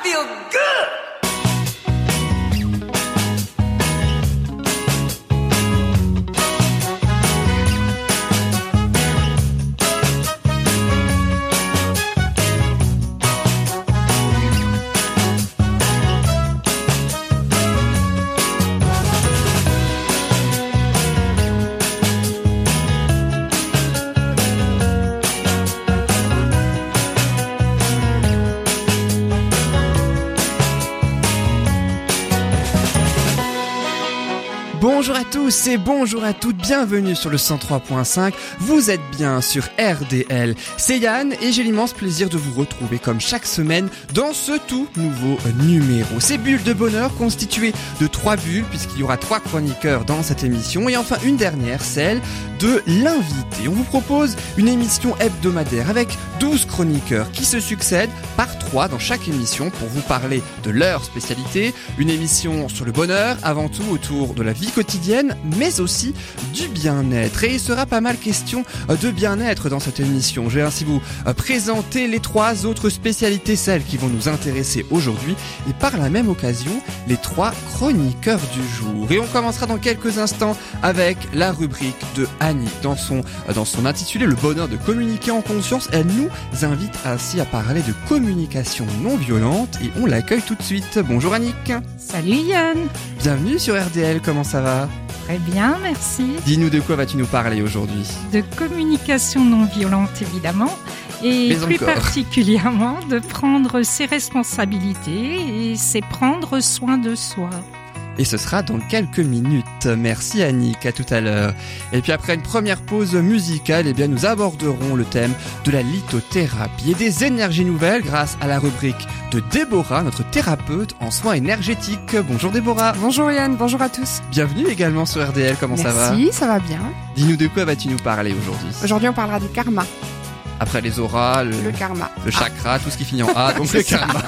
feel good. Bonjour à tous et bonjour à toutes, bienvenue sur le 103.5, vous êtes bien sur RDL. C'est Yann et j'ai l'immense plaisir de vous retrouver comme chaque semaine dans ce tout nouveau numéro. C'est Bulles de bonheur constitué de 3 bulles puisqu'il y aura 3 chroniqueurs dans cette émission et enfin une dernière, celle de l'invité. On vous propose une émission hebdomadaire avec 12 chroniqueurs qui se succèdent par 3 dans chaque émission pour vous parler de leur spécialité. Une émission sur le bonheur, avant tout autour de la vie quotidienne, mais aussi du bien-être. Et il sera pas mal question de bien-être dans cette émission. Je vais ainsi vous présenter les 3 autres spécialités, celles qui vont nous intéresser aujourd'hui, et par la même occasion, les 3 chroniqueurs du jour. Et on commencera dans quelques instants avec la rubrique de Annie. Dans son intitulé, le bonheur de communiquer en conscience, elle nous invite ainsi à parler de communication non violente et on l'accueille tout de suite. Bonjour Annick. Salut Yann. Bienvenue sur RDL, comment ça va ? Très bien, merci. Dis-nous de quoi vas-tu nous parler aujourd'hui ? De communication non violente évidemment, et mais plus encore. particulièrement de prendre ses responsabilités et c'est prendre soin de soi. Et ce sera dans quelques minutes. Merci Annick, à tout à l'heure. Et puis après une première pause musicale, eh bien nous aborderons le thème de la lithothérapie et des énergies nouvelles grâce à la rubrique de Déborah, notre thérapeute en soins énergétiques. Bonjour Déborah. Bonjour Yann, bonjour à tous. Bienvenue également sur RDL, comment ça va ? Merci, ça va bien. Dis-nous de quoi vas-tu nous parler aujourd'hui ? Aujourd'hui on parlera du karma. Après les auras, Le karma. le chakra, tout ce qui finit en A, donc le karma.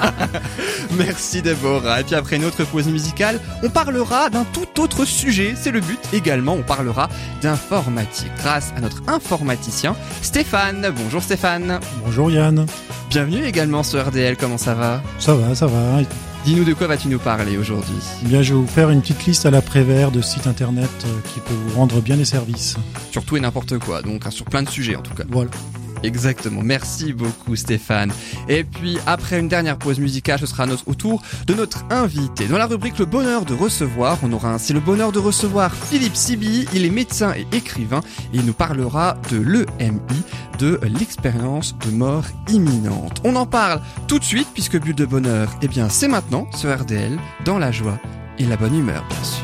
Merci Déborah. Et puis après une autre pause musicale, on parlera d'un tout autre sujet, c'est le but également, on parlera d'informatique grâce à notre informaticien Stéphane. Bonjour Stéphane. Bonjour Yann. Bienvenue également sur RDL, comment ça va ? Ça va, ça va. Dis-nous de quoi vas-tu nous parler aujourd'hui ? Eh bien, je vais vous faire une petite liste à l'après-vert de sites internet qui peut vous rendre bien des services. Sur tout et n'importe quoi, donc sur plein de sujets en tout cas. Voilà. Exactement, merci beaucoup Stéphane. Et puis après une dernière pause musicale, ce sera au tour de notre invité. Dans la rubrique Le bonheur de recevoir, on aura ainsi le bonheur de recevoir Philippe Siby. Il est médecin et écrivain et il nous parlera de l'EMI, de l'expérience de mort imminente. On en parle tout de suite puisque Bulle de bonheur, eh bien c'est maintenant sur RDL, dans la joie et la bonne humeur bien sûr.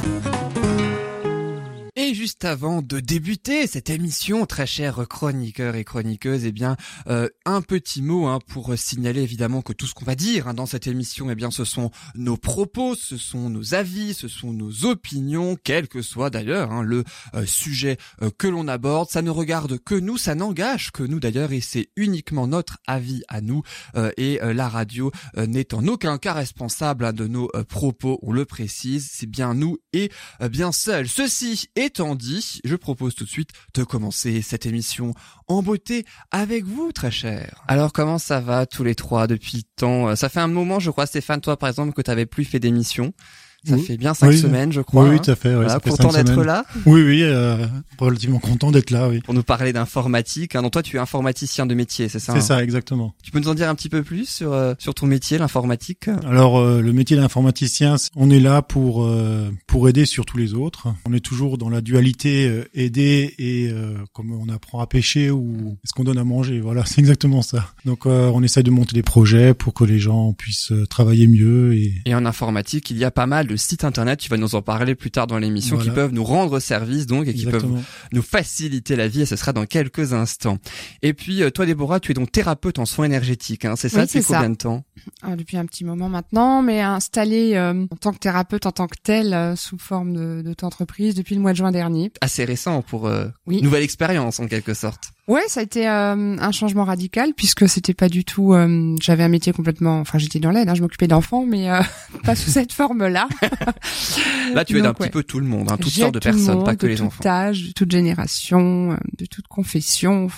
Et juste avant de débuter cette émission, très chers chroniqueurs et chroniqueuses, eh bien, un petit mot pour signaler évidemment que tout ce qu'on va dire dans cette émission, eh bien, ce sont nos propos, ce sont nos avis, ce sont nos opinions, quel que soit d'ailleurs le sujet que l'on aborde. Ça ne regarde que nous, ça n'engage que nous d'ailleurs, et c'est uniquement notre avis à nous. Et la radio n'est en aucun cas responsable de nos propos, on le précise, c'est bien nous et bien seuls. Ceci étant dit, je propose tout de suite de commencer cette émission en beauté avec vous, très chers. Alors, comment ça va tous les 3 depuis tant ? Ça fait un moment, je crois, Stéphane, toi par exemple, que tu n'avais plus fait d'émission. Ça fait bien 5 semaines, je crois. Oui, tout à fait. Oui, voilà, ça fait content 5 d'être semaines. là. Oui, relativement content d'être là, oui. Pour nous parler d'informatique. Donc toi, tu es informaticien de métier, c'est ça ? C'est ça, exactement. Tu peux nous en dire un petit peu plus sur ton métier, l'informatique ? Alors, le métier d'informaticien, on est là pour aider surtout les autres. On est toujours dans la dualité aider et comme on apprend à pêcher ou est-ce qu'on donne à manger. Voilà, c'est exactement ça. Donc, on essaie de monter des projets pour que les gens puissent travailler mieux. Et en informatique, il y a pas mal de sites internet, tu vas nous en parler plus tard dans l'émission, voilà, qui peuvent nous rendre service donc et qui exactement, peuvent nous faciliter la vie, et ce sera dans quelques instants. Et puis toi Déborah, tu es donc thérapeute en soins énergétiques, c'est ça, oui, depuis combien de temps ? Depuis un petit moment maintenant, mais installée en tant que thérapeute en tant que telle sous forme d'auto-entreprise depuis le mois de juin dernier. Assez récent pour oui, nouvelle expérience en quelque sorte. Ouais, ça a été un changement radical puisque c'était pas du tout. J'avais un métier complètement. Enfin, j'étais dans l'aide, je m'occupais d'enfants, mais pas sous cette forme-là. Là, tu aides un petit peu tout le monde, toutes sortes de personnes, pas que les enfants. De tout âge, de toute génération, de toute confession. Enfin,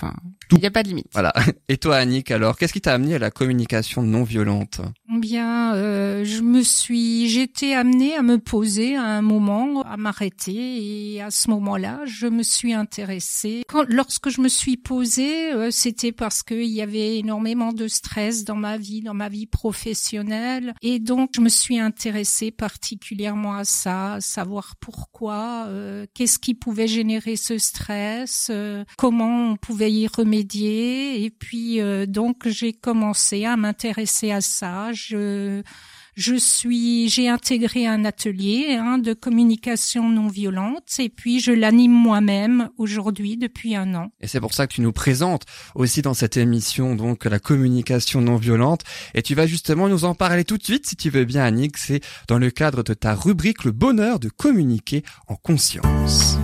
Il n'y a pas de limite. Voilà. Et toi, Annick, alors, qu'est-ce qui t'a amené à la communication non violente? Bien, j'étais amenée à me poser à un moment, à m'arrêter, et à ce moment-là, je me suis intéressée. Lorsque je me suis posée, c'était parce qu'il y avait énormément de stress dans ma vie professionnelle, et donc je me suis intéressée particulièrement à ça, à savoir pourquoi, qu'est-ce qui pouvait générer ce stress, comment on pouvait y remédier, et puis donc j'ai commencé à m'intéresser à ça. J'ai intégré un atelier de communication non violente et puis je l'anime moi-même aujourd'hui depuis 1 an. Et c'est pour ça que tu nous présentes aussi dans cette émission donc la communication non violente et tu vas justement nous en parler tout de suite si tu veux bien Annick, c'est dans le cadre de ta rubrique Le bonheur de communiquer en conscience.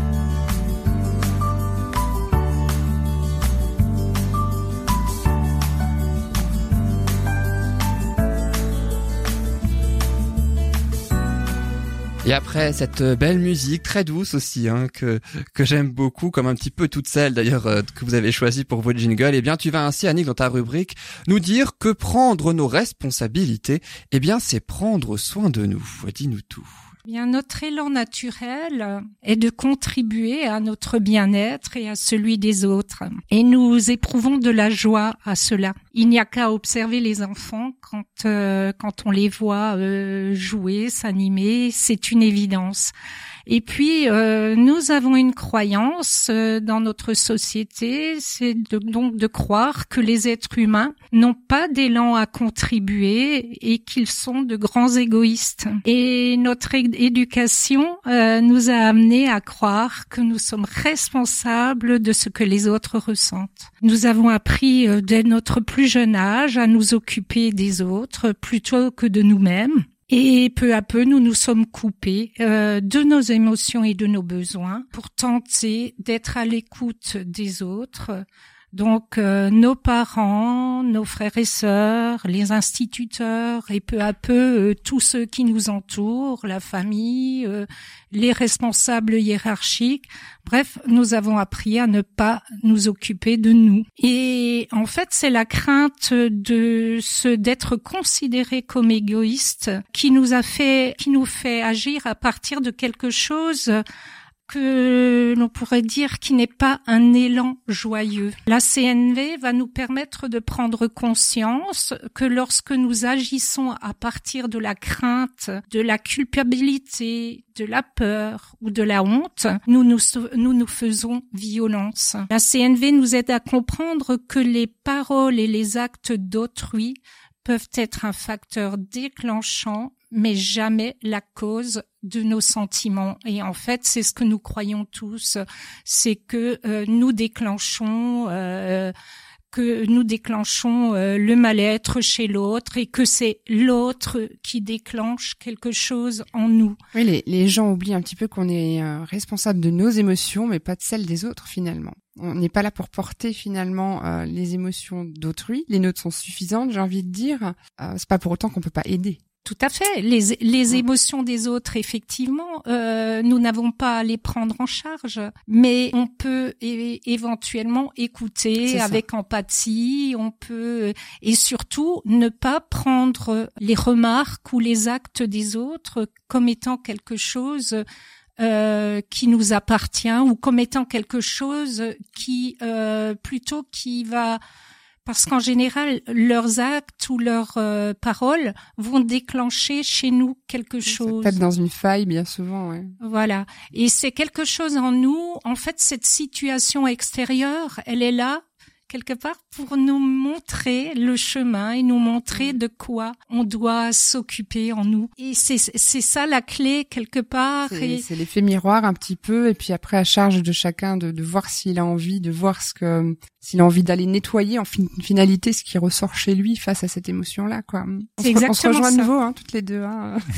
Et après cette belle musique très douce aussi que j'aime beaucoup, comme un petit peu toutes celles d'ailleurs que vous avez choisies pour votre jingle, eh bien tu vas ainsi Annick dans ta rubrique nous dire que prendre nos responsabilités, eh bien c'est prendre soin de nous. Dis-nous tout. Bien, notre élan naturel est de contribuer à notre bien-être et à celui des autres. Et nous éprouvons de la joie à cela. Il n'y a qu'à observer les enfants quand on les voit jouer, s'animer, c'est une évidence. Et puis, nous avons une croyance dans notre société, c'est donc de croire que les êtres humains n'ont pas d'élan à contribuer et qu'ils sont de grands égoïstes. Et notre éducation nous a amenés à croire que nous sommes responsables de ce que les autres ressentent. Nous avons appris dès notre plus jeune âge à nous occuper des autres plutôt que de nous-mêmes. Et peu à peu, nous nous sommes coupés de nos émotions et de nos besoins pour tenter d'être à l'écoute des autres. Donc, nos parents, nos frères et sœurs, les instituteurs et peu à peu, tous ceux qui nous entourent, la famille, les responsables hiérarchiques. Bref, nous avons appris à ne pas nous occuper de nous. Et en fait, c'est la crainte d'être considéré comme égoïste qui nous fait agir à partir de quelque chose que l'on pourrait dire qui n'est pas un élan joyeux. La CNV va nous permettre de prendre conscience que lorsque nous agissons à partir de la crainte, de la culpabilité, de la peur ou de la honte, nous nous faisons violence. La CNV nous aide à comprendre que les paroles et les actes d'autrui peuvent être un facteur déclenchant, mais jamais la cause de nos sentiments. Et en fait, c'est ce que nous croyons tous, c'est que nous déclenchons le mal-être chez l'autre et que c'est l'autre qui déclenche quelque chose en nous. Oui, les gens oublient un petit peu qu'on est responsable de nos émotions, mais pas de celles des autres finalement. On n'est pas là pour porter finalement les émotions d'autrui. Les nôtres sont suffisantes, j'ai envie de dire. C'est pas pour autant qu'on peut pas aider. Tout à fait. Les émotions des autres, effectivement, nous n'avons pas à les prendre en charge, mais on peut éventuellement écouter avec empathie, on peut, et surtout ne pas prendre les remarques ou les actes des autres comme étant quelque chose qui nous appartient ou comme étant quelque chose qui va... Parce qu'en général, leurs actes ou leurs paroles vont déclencher chez nous quelque chose. Ça tape dans une faille, bien souvent, ouais. Voilà. Et c'est quelque chose en nous. En fait, cette situation extérieure, elle est là, quelque part, pour nous montrer le chemin et nous montrer de quoi on doit s'occuper en nous. Et c'est ça la clé, quelque part. C'est l'effet miroir, un petit peu. Et puis après, à charge de chacun de voir s'il a envie, de voir s'il a envie d'aller nettoyer en finalité ce qui ressort chez lui face à cette émotion-là, quoi. On se rejoint à nouveau, toutes les deux.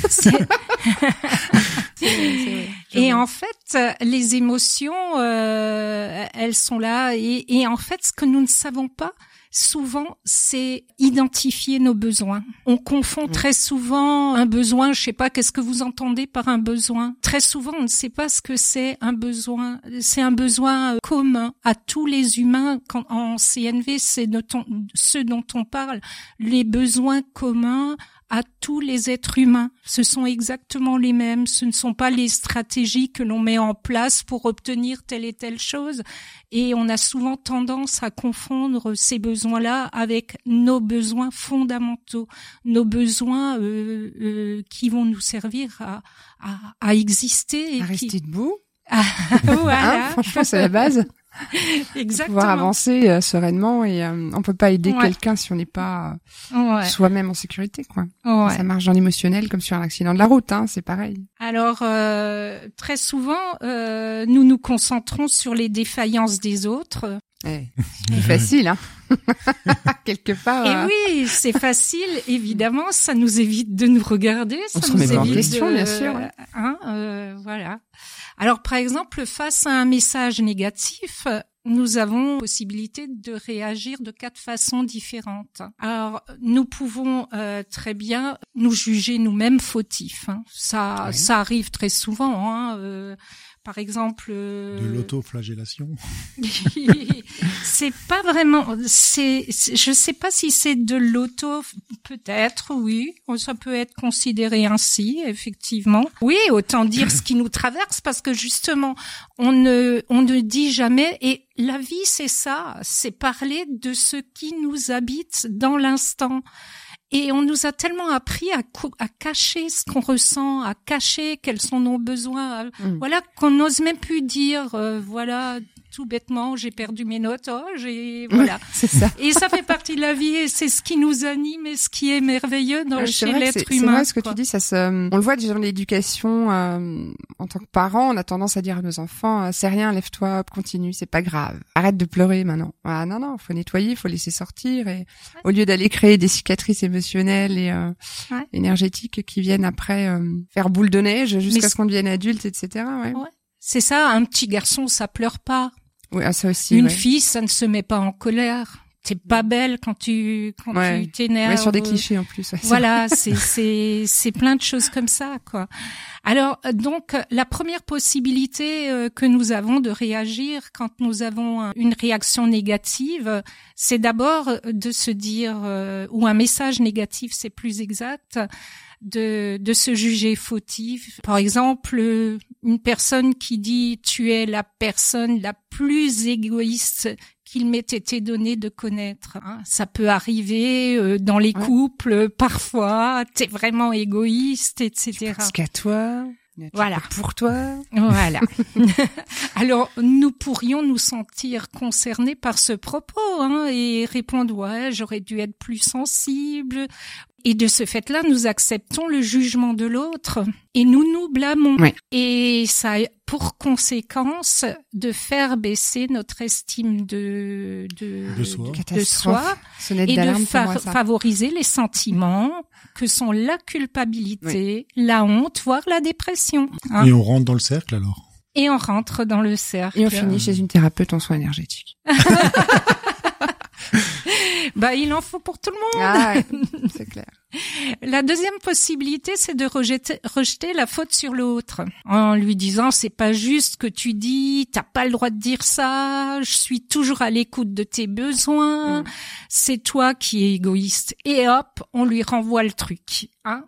Et en fait, les émotions, elles sont là. Et en fait, ce que nous ne savons pas, souvent, c'est identifier nos besoins. On confond très souvent un besoin, je sais pas, qu'est-ce que vous entendez par un besoin? Très souvent, on ne sait pas ce que c'est un besoin. C'est un besoin commun à tous les humains. En CNV, c'est ce dont on parle, les besoins communs à tous les êtres humains. Ce sont exactement les mêmes. Ce ne sont pas les stratégies que l'on met en place pour obtenir telle et telle chose. Et on a souvent tendance à confondre ces besoins-là avec nos besoins fondamentaux, nos besoins qui vont nous servir à exister. À rester debout. Voilà. Franchement, c'est la base. Exactement. Pouvoir avancer sereinement et on peut pas aider quelqu'un si on n'est pas soi-même en sécurité, quoi. Ça marche dans l'émotionnel comme sur un accident de la route, c'est pareil. Alors très souvent nous nous concentrons sur les défaillances des autres. C'est facile, quelque part. Et oui, c'est facile, évidemment, ça nous évite de nous regarder, on se remet pas en question, bien sûr. Voilà. Alors, par exemple, face à un message négatif, nous avons possibilité de réagir de 4 façons différentes. Alors, nous pouvons très bien nous juger nous-mêmes fautifs. Ça arrive très souvent. Par exemple, de l'autoflagellation. C'est pas vraiment. Je sais pas si c'est de l'auto. Peut-être, oui. Ça peut être considéré ainsi, effectivement. Oui, autant dire ce qui nous traverse, parce que justement, on ne dit jamais. Et la vie, c'est ça. C'est parler de ce qui nous habite dans l'instant. Et on nous a tellement appris à cacher ce qu'on ressent, à cacher quels sont nos besoins, voilà, qu'on n'ose même plus dire, voilà, tout bêtement, j'ai perdu mes notes, voilà. C'est ça. Et ça fait partie de la vie et c'est ce qui nous anime et ce qui est merveilleux chez l'être humain. C'est vrai ce que tu dis, on le voit déjà dans l'éducation, en tant que parent, on a tendance à dire à nos enfants, c'est rien, lève-toi, continue, c'est pas grave. Arrête de pleurer maintenant. Ah, non, faut nettoyer, faut laisser sortir et au lieu d'aller créer des cicatrices émotionnelles et énergétiques qui viennent après faire boule de neige jusqu'à ce qu'on devienne adulte, etc. Ouais. C'est ça, un petit garçon, ça pleure pas. Oui, ça aussi. Une fille, ça ne se met pas en colère. T'es pas belle quand tu t'énerves. Ouais, sur des clichés en plus. Voilà, c'est plein de choses comme ça, quoi. Alors, donc, la première possibilité que nous avons de réagir quand nous avons une réaction négative, c'est d'abord de se dire, ou un message négatif, c'est plus exact, de se juger fautif. Par exemple, une personne qui dit « tu es la personne la plus égoïste » qu'il m'ait été donné de connaître. Ça peut arriver dans les couples, parfois, t'es vraiment égoïste, etc. Parce qu'à toi, voilà. Pour toi. Voilà. Alors, nous pourrions nous sentir concernés par ce propos, et répondre, ouais, j'aurais dû être plus sensible. Et de ce fait-là, nous acceptons le jugement de l'autre et nous nous blâmons. Oui. Et ça a pour conséquence de faire baisser notre estime de soi et de favoriser les sentiments que sont la culpabilité, la honte, voire la dépression. Et on rentre dans le cercle alors. Et on rentre dans le cercle. Et on finit chez une thérapeute en soins énergétiques. Il en faut pour tout le monde. Ah ouais, c'est clair. La deuxième possibilité, c'est de rejeter la faute sur l'autre. En lui disant, c'est pas juste ce que tu dis, t'as pas le droit de dire ça, je suis toujours à l'écoute de tes besoins, c'est toi qui es égoïste. Et hop, on lui renvoie le truc.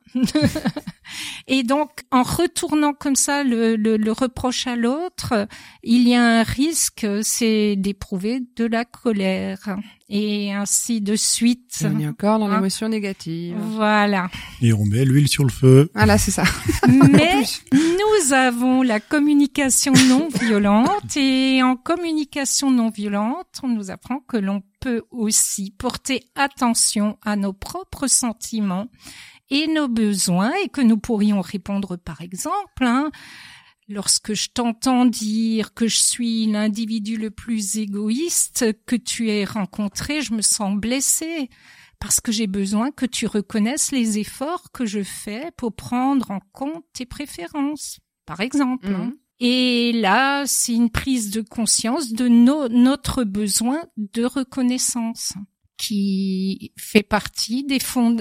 Et donc, en retournant comme ça le reproche à l'autre, il y a un risque, c'est d'éprouver de la colère. Et ainsi de suite. Et on est encore dans l'émotion négative. Voilà. Et on met l'huile sur le feu. Voilà, c'est ça. Mais nous avons la communication non violente et en communication non violente, on nous apprend que l'on peut aussi porter attention à nos propres sentiments et nos besoins et que nous pourrions répondre par exemple, lorsque je t'entends dire que je suis l'individu le plus égoïste que tu aies rencontré, je me sens blessée parce que j'ai besoin que tu reconnaisses les efforts que je fais pour prendre en compte tes préférences, par exemple. Et là, c'est une prise de conscience de notre besoin de reconnaissance. qui fait partie des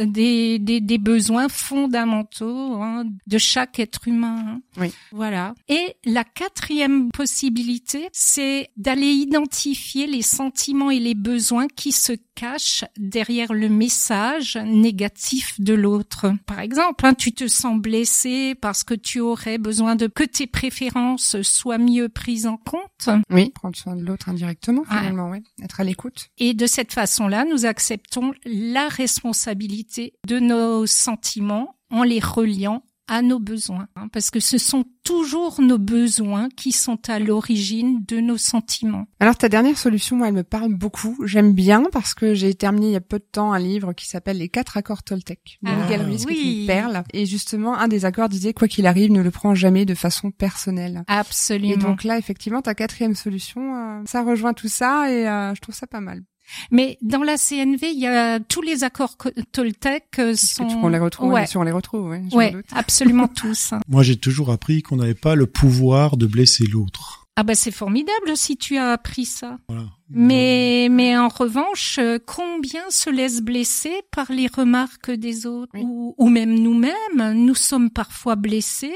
besoins fondamentaux de chaque être humain. Oui. Voilà. Et la 4e possibilité, c'est d'aller identifier les sentiments et les besoins qui se cachent derrière le message négatif de l'autre. Par exemple, tu te sens blessé parce que tu aurais besoin que tes préférences soient mieux prises en compte. Oui, prendre soin de l'autre indirectement, finalement, ouais. Être à l'écoute. Et de cette façon-là, nous acceptons la responsabilité de nos sentiments en les reliant à nos besoins, parce que ce sont toujours nos besoins qui sont à l'origine de nos sentiments. Alors ta dernière solution, moi, elle me parle beaucoup. J'aime bien parce que j'ai terminé il y a peu de temps un livre qui s'appelle Les 4 accords Toltec de Miguel Ruiz, qui est une perle. Et justement, un des accords disait quoi qu'il arrive, ne le prends jamais de façon personnelle. Absolument. Et donc là, effectivement, ta 4e solution, ça rejoint tout ça et je trouve ça pas mal. Mais dans la CNV, il y a tous les accords Toltec sont... On les retrouve, bien sûr, on les retrouve, ouais. Ouais, absolument tous. Moi, j'ai toujours appris qu'on n'avait pas le pouvoir de blesser l'autre. Ah bah c'est formidable si tu as appris ça. Voilà. Mais en revanche, combien se laissent blesser par les remarques des autres, oui. ou même nous-mêmes, nous sommes parfois blessés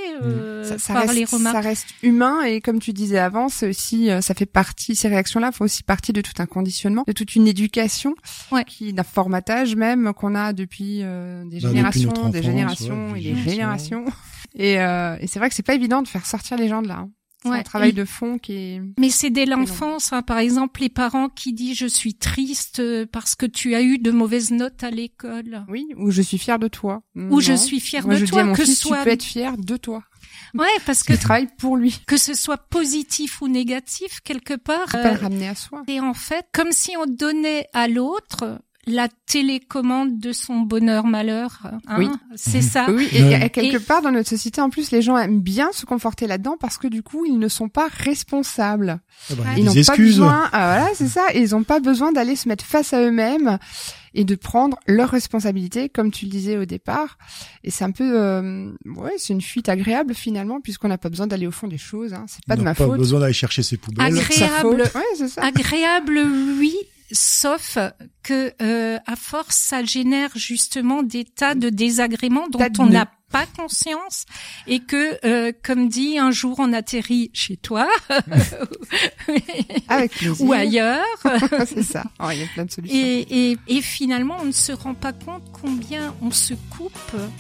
par les remarques. Ça reste humain et comme tu disais avant, c'est aussi, ça fait partie, ces réactions-là font aussi partie de tout un conditionnement, de toute une éducation, d'un formatage même qu'on a depuis des générations, enfance, des générations et des générations. Et c'est vrai que c'est pas évident de faire sortir les gens de là. C'est un travail de fond qui est... Mais c'est dès l'enfance, par exemple, les parents qui disent « je suis triste parce que tu as eu de mauvaises notes à l'école ». Oui, ou « je suis fière de toi ». Ou « je suis fière de toi ». Moi, je dis à mon fils, tu peux être fier de toi. Ouais, parce que tu travailles pour lui. Que ce soit positif ou négatif, quelque part... Tu peux le ramener à soi. Et en fait, comme si on donnait à l'autre... la télécommande de son bonheur-malheur, oui. C'est ça. Oui, et quelque part dans notre société, en plus, les gens aiment bien se conforter là-dedans parce que du coup, ils ne sont pas responsables. Ils n'ont pas besoin, voilà, c'est ça, et ils n'ont pas besoin d'aller se mettre face à eux-mêmes et de prendre leurs responsabilités, comme tu le disais au départ. Et c'est un peu, c'est une fuite agréable finalement, puisqu'on n'a pas besoin d'aller au fond des choses. C'est pas de ma faute. On n'a pas besoin d'aller chercher ses poubelles. Agréable, c'est ça. Agréable, oui. Sauf que à force, ça génère justement des tas de désagréments dont on n'a pas conscience et que, comme dit, un jour on atterrit chez toi avec plaisir. ou ailleurs. C'est ça. Oh, il y a plein de solutions. Et finalement, on ne se rend pas compte combien on se coupe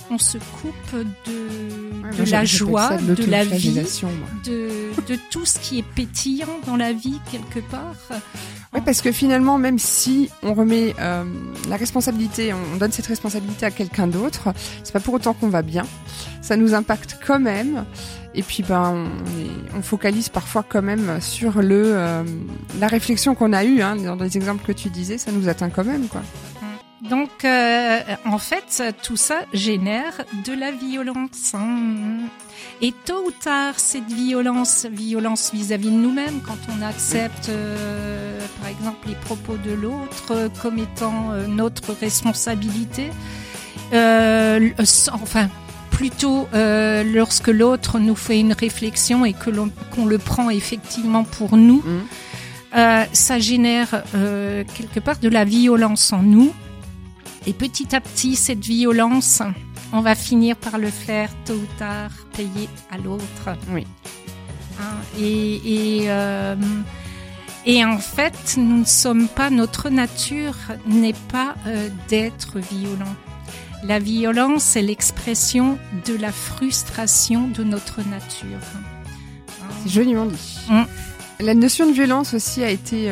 de la joie, de la vie, de tout ce qui est pétillant dans la vie quelque part. Oui, parce que finalement, même si on remet la responsabilité, on donne cette responsabilité à quelqu'un d'autre, c'est pas pour autant qu'on va bien. Ça nous impacte quand même. Et puis, on focalise parfois quand même sur la réflexion qu'on a eue, dans les exemples que tu disais, ça nous atteint quand même, quoi. Donc, en fait, tout ça génère de la violence. Et tôt ou tard, cette violence vis-à-vis de nous-mêmes, quand on accepte, par exemple, les propos de l'autre comme étant notre responsabilité, plutôt lorsque l'autre nous fait une réflexion et qu'on le prend effectivement pour nous, ça génère quelque part de la violence en nous. Et petit à petit, cette violence, on va finir par le faire tôt ou tard payer à l'autre. Oui. Et en fait, nous ne sommes pas, notre nature n'est pas d'être violent. La violence, c'est l'expression de la frustration de notre nature. C'est joliment dit. La notion de violence aussi a été...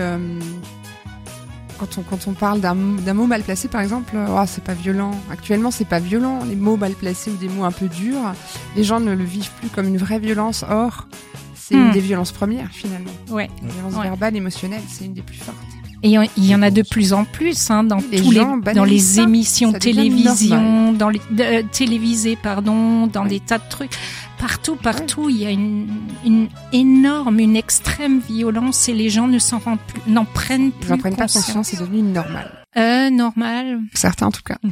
Quand on parle d'un mot mal placé, par exemple, c'est pas violent. Actuellement, c'est pas violent. Les mots mal placés ou des mots un peu durs, les gens ne le vivent plus comme une vraie violence. Or, c'est une des violences premières, finalement. Ouais. La violence verbale, émotionnelle, c'est une des plus fortes. Et il y en a de plus en plus dans les émissions télévisées, dans des tas de trucs. Partout, il y a une énorme, une extrême violence et les gens n'en prennent plus conscience. Ils n'en prennent pas conscience, c'est devenu normal. Normal. Certains en tout cas.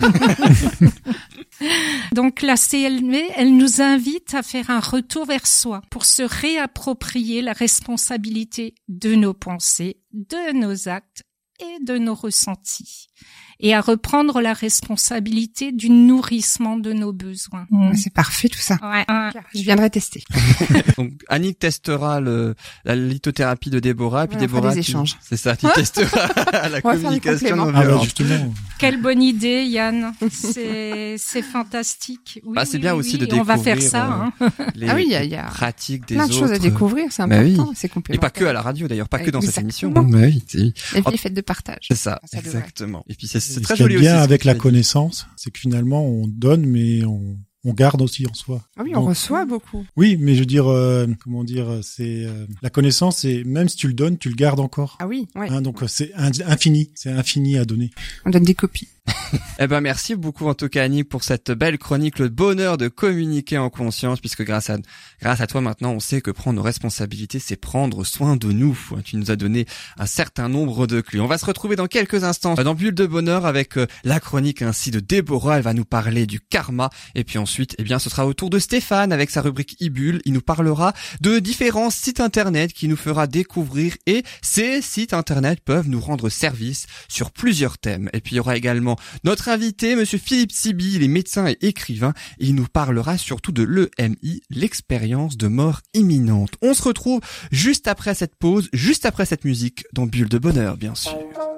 Donc la CLV, elle nous invite à faire un retour vers soi pour se réapproprier la responsabilité de nos pensées, de nos actes et de nos ressentis, et à reprendre la responsabilité du nourrissement de nos besoins. C'est parfait tout ça. Ouais. Je viendrai tester. Donc Annick testera la lithothérapie de Déborah, et puis Ouais, on fera Déborah, des échanges. c'est ça, tu testeras la On va faire des communication non compléments. Ah bah violente. justement. Quelle bonne idée, Yann. C'est fantastique. Oui, Bah, c'est bien aussi de On va faire découvrir, ça. Les Ah oui, il y a pratiques des plein de autres. choses à découvrir, c'est Bah important, oui. c'est Et complémentaire. pas que à la radio d'ailleurs, pas que dans cette émission. Exactement. Bah oui, c'est La vie est faite de partage. ça, Ça devrait. exactement. Et puis c'est Ce très qui est joli bien aussi. avec ce que la tu as dit. connaissance, c'est que finalement on donne, mais on garde aussi en soi. Ah oui, on Donc, reçoit beaucoup. Oui, mais je veux dire, comment dire, c'est la connaissance, c'est même si tu le donnes, tu le gardes encore. Ah oui, ouais. Hein, donc c'est infini, c'est infini à donner. On donne des copies. Eh ben merci beaucoup en tout cas Annick pour cette belle chronique, le bonheur de communiquer en conscience, puisque grâce à toi maintenant on sait que prendre nos responsabilités c'est prendre soin de nous. Tu nous as donné un certain nombre de clés. On va se retrouver dans quelques instants dans Bulle de Bonheur avec la chronique ainsi de Déborah. Elle va nous parler du karma, et puis ensuite eh bien ce sera au tour de Stéphane avec sa rubrique e-bulle. Il nous parlera de différents sites internet qui nous fera découvrir, et ces sites internet peuvent nous rendre service sur plusieurs thèmes. Et puis il y aura également notre invité, monsieur Philippe Siby, il est médecin et écrivain, et il nous parlera surtout de l'EMI, l'expérience de mort imminente. On se retrouve juste après cette pause, juste après cette musique, dans Bulle de Bonheur, bien sûr.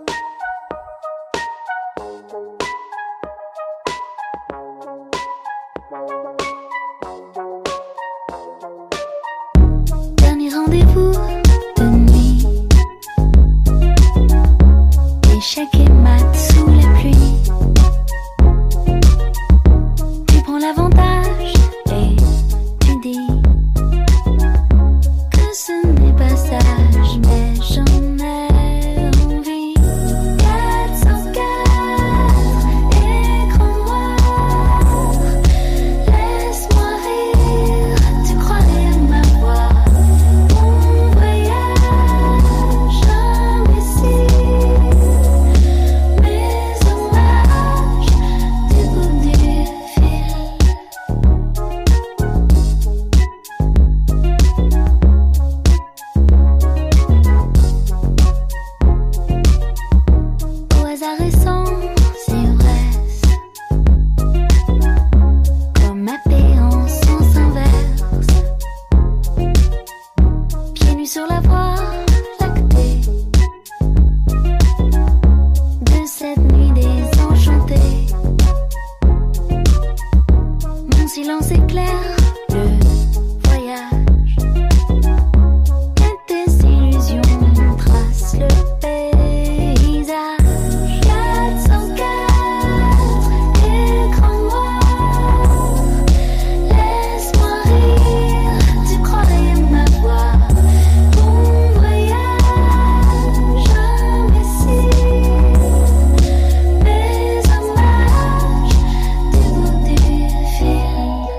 Dernier rendez-vous de nuit. Échec et mat sous la pluie. Tu prends l'avantage et tu dis que ce n'est pas sage, mais j'en ai envie. 404 écran noir. Laisse-moi rire, tu croyais m'avoir. Mon voyage, un récit. Mes hommages du bout du fil. Au hasard et sans ivresse, comme ma paix en sens inverse. Pieds nus sur la voie lactée de cette nuit désenchantée. Mon silence éclaire le voyage, et tes illusions tracent le paysage. 404 écran noir. Laisse-moi rire, tu croyais m'avoir. Mon voyage, un récit. Mes hommages du bout du fil.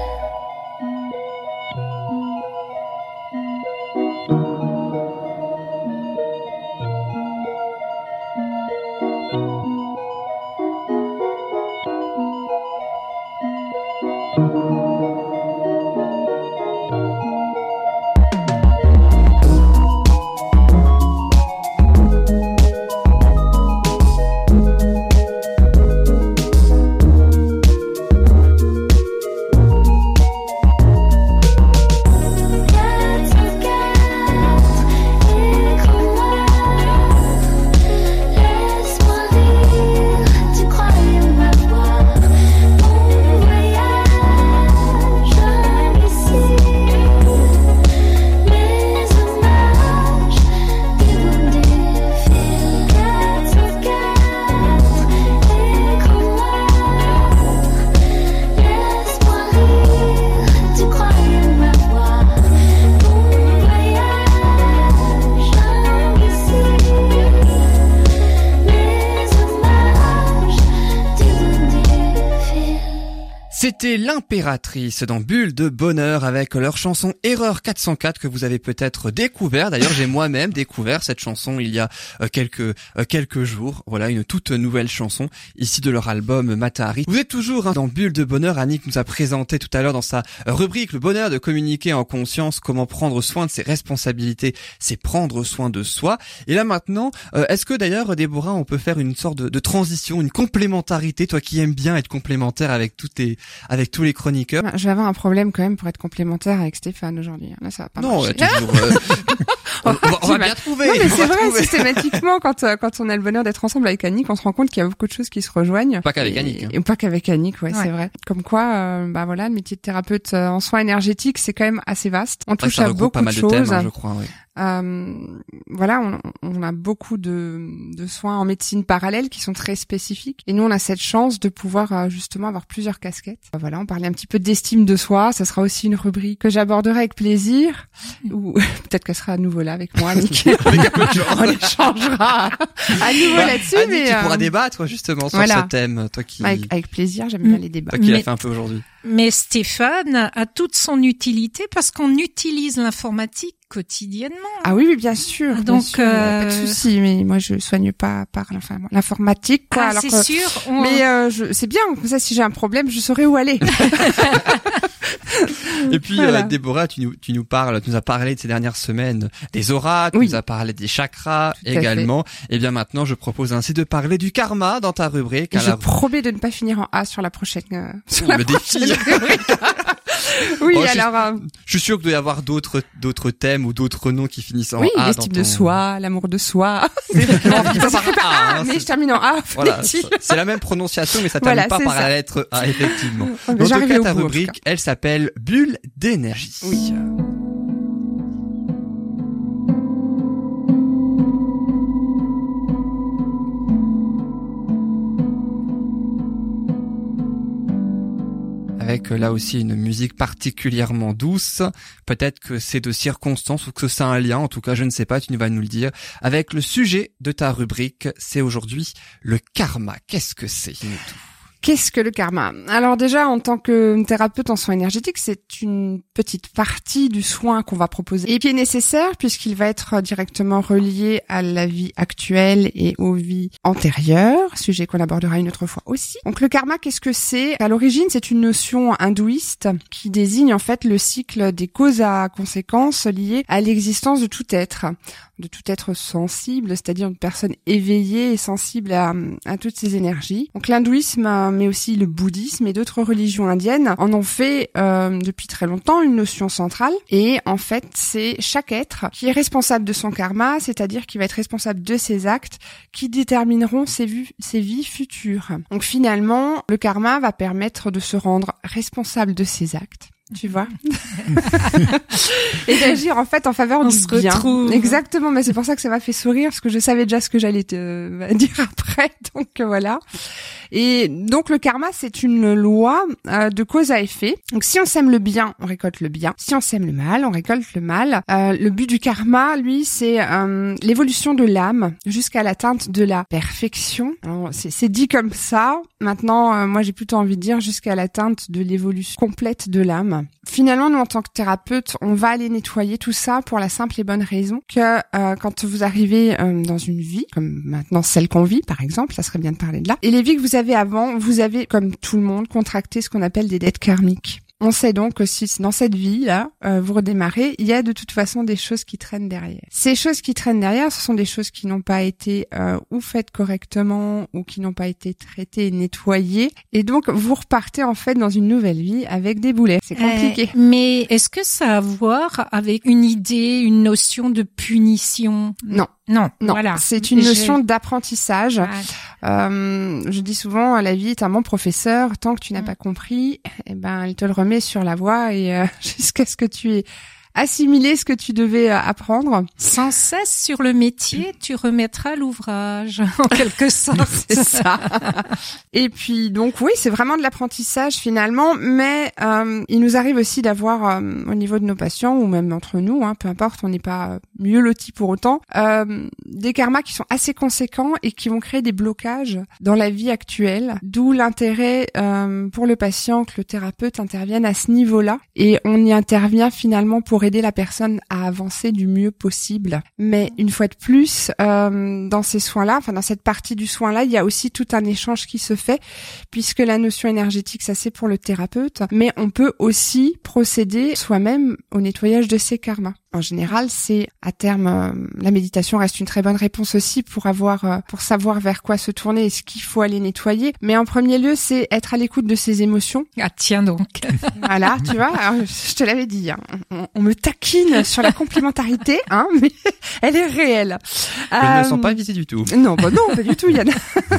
Laisse-moi rire, tu croyais m'avoir. Mon voyage. C'était l'impératrice dans Bulle de Bonheur avec leur chanson Erreur 404 que vous avez peut-être découvert. D'ailleurs, j'ai moi-même découvert cette chanson il y a quelques jours. Voilà, une toute nouvelle chanson ici de leur album Matahari. Vous êtes toujours dans Bulle de Bonheur. Annick nous a présenté tout à l'heure dans sa rubrique Le bonheur de communiquer en conscience, comment prendre soin de ses responsabilités, c'est prendre soin de soi. Et là maintenant, est-ce que d'ailleurs, Déborah, on peut faire une sorte de transition, une complémentarité, toi qui aimes bien être complémentaire avec tous les chroniqueurs. Je vais avoir un problème quand même pour être complémentaire avec Stéphane aujourd'hui. Là, ça va pas marcher. Toujours, on va bien trouver. Non, mais c'est vrai, systématiquement, quand on a le bonheur d'être ensemble avec Annick, on se rend compte qu'il y a beaucoup de choses qui se rejoignent. Pas qu'avec Annick. Et pas qu'avec Annick, ouais, c'est vrai. Comme quoi, voilà, le métier de thérapeute en soins énergétiques, c'est quand même assez vaste. On touche à beaucoup de choses. Thèmes, je crois, oui. Voilà, on a beaucoup de soins en médecine parallèle qui sont très spécifiques. Et nous, on a cette chance de pouvoir justement avoir plusieurs casquettes. Voilà, on parlait un petit peu d'estime de soi. Ça sera aussi une rubrique que j'aborderai avec plaisir. Ou peut-être qu'elle sera à nouveau là avec moi, Annick. On échangera à nouveau là-dessus. Annick, mais tu pourras débattre justement sur ce thème. Toi qui... avec plaisir, j'aime bien les débats. Toi qui l'as fait un peu aujourd'hui. Mais Stéphane a toute son utilité parce qu'on utilise l'informatique quotidiennement. Ah oui, bien sûr. Donc, pas de souci, mais moi je soigne pas par l'informatique, quoi. Ah, c'est sûr. Mais c'est bien, comme ça, si j'ai un problème, je saurai où aller. Et puis, voilà. Déborah, tu nous as parlé de ces dernières semaines des oracles, tu nous as parlé des chakras également. Et bien maintenant, je propose ainsi de parler du karma dans ta rubrique. Et je promets de ne pas finir en A sur la prochaine. Défi. Oui, je suis sûr qu'il doit y avoir d'autres thèmes ou d'autres noms qui finissent en A. Oui, l'estime de soi, l'amour de soi. Mais je termine en A. Voilà, c'est la même prononciation, mais ça termine pas par la lettre A, effectivement. En tout cas, ta rubrique, elle s'appelle Bulle d'énergie. Oui. Avec là aussi une musique particulièrement douce. Peut-être que c'est de circonstance ou que ça a un lien. En tout cas, je ne sais pas, tu vas nous le dire. Avec le sujet de ta rubrique, c'est aujourd'hui le karma. Qu'est-ce que c'est ? Qu'est-ce que le karma ? Alors déjà, en tant que thérapeute en soins énergétiques, c'est une petite partie du soin qu'on va proposer et qui est nécessaire puisqu'il va être directement relié à la vie actuelle et aux vies antérieures, sujet qu'on abordera une autre fois aussi. Donc le karma, qu'est-ce que c'est ? À l'origine, c'est une notion hindouiste qui désigne en fait le cycle des causes à conséquences liées à l'existence de tout être sensible, c'est-à-dire une personne éveillée et sensible à toutes ces énergies. Donc l'hindouisme, mais aussi le bouddhisme et d'autres religions indiennes en ont fait depuis très longtemps une notion centrale. Et en fait, c'est chaque être qui est responsable de son karma, c'est-à-dire qui va être responsable de ses actes qui détermineront ses vies futures. Donc finalement, le karma va permettre de se rendre responsable de ses actes. Tu vois, et d'agir en fait en faveur du bien. Retrouve. Exactement, mais c'est pour ça que ça m'a fait sourire parce que je savais déjà ce que j'allais te dire après. Donc voilà. Et donc le karma, c'est une loi de cause à effet. Donc si on sème le bien, on récolte le bien. Si on sème le mal, on récolte le mal. Le but du karma, lui, c'est l'évolution de l'âme jusqu'à l'atteinte de la perfection. Alors, c'est dit comme ça. Maintenant, moi, j'ai plutôt envie de dire jusqu'à l'atteinte de l'évolution complète de l'âme. Finalement, nous, en tant que thérapeute, on va aller nettoyer tout ça pour la simple et bonne raison que quand vous arrivez dans une vie, comme maintenant celle qu'on vit, par exemple, ça serait bien de parler de là, et les vies que vous avez avant, vous avez, comme tout le monde, contracté ce qu'on appelle des dettes karmiques. On sait donc que si dans cette vie-là, vous redémarrez, il y a de toute façon des choses qui traînent derrière. Ces choses qui traînent derrière, ce sont des choses qui n'ont pas été ou faites correctement ou qui n'ont pas été traitées et nettoyées. Et donc, vous repartez en fait dans une nouvelle vie avec des boulets. C'est compliqué. Mais est-ce que ça a à voir avec une idée, une notion de punition ? Non, voilà. C'est une notion d'apprentissage. Je dis souvent, la vie est un bon professeur. Tant que tu n'as pas compris, elle te le remet sur la voie et jusqu'à ce que tu aies assimiler ce que tu devais apprendre. Sans cesse sur le métier, tu remettras l'ouvrage, en quelque sorte. C'est ça. Et puis donc oui, c'est vraiment de l'apprentissage finalement, mais il nous arrive aussi d'avoir au niveau de nos patients ou même entre nous, peu importe, on n'est pas mieux lotis pour autant, des karmas qui sont assez conséquents et qui vont créer des blocages dans la vie actuelle, d'où l'intérêt pour le patient que le thérapeute intervienne à ce niveau-là, et on y intervient finalement pour aider la personne à avancer du mieux possible. Mais une fois de plus, dans ces soins-là, dans cette partie du soin-là, il y a aussi tout un échange qui se fait, puisque la notion énergétique, ça c'est pour le thérapeute, mais on peut aussi procéder soi-même au nettoyage de ses karmas. En général, c'est à terme, la méditation reste une très bonne réponse aussi pour savoir vers quoi se tourner et ce qu'il faut aller nettoyer. Mais en premier lieu, c'est être à l'écoute de ses émotions. Ah tiens donc. Voilà, tu vois, alors, je te l'avais dit, on me taquine sur la complémentarité, mais elle est réelle. Je ne me sens pas visée du tout. Non, pas du tout, Yann.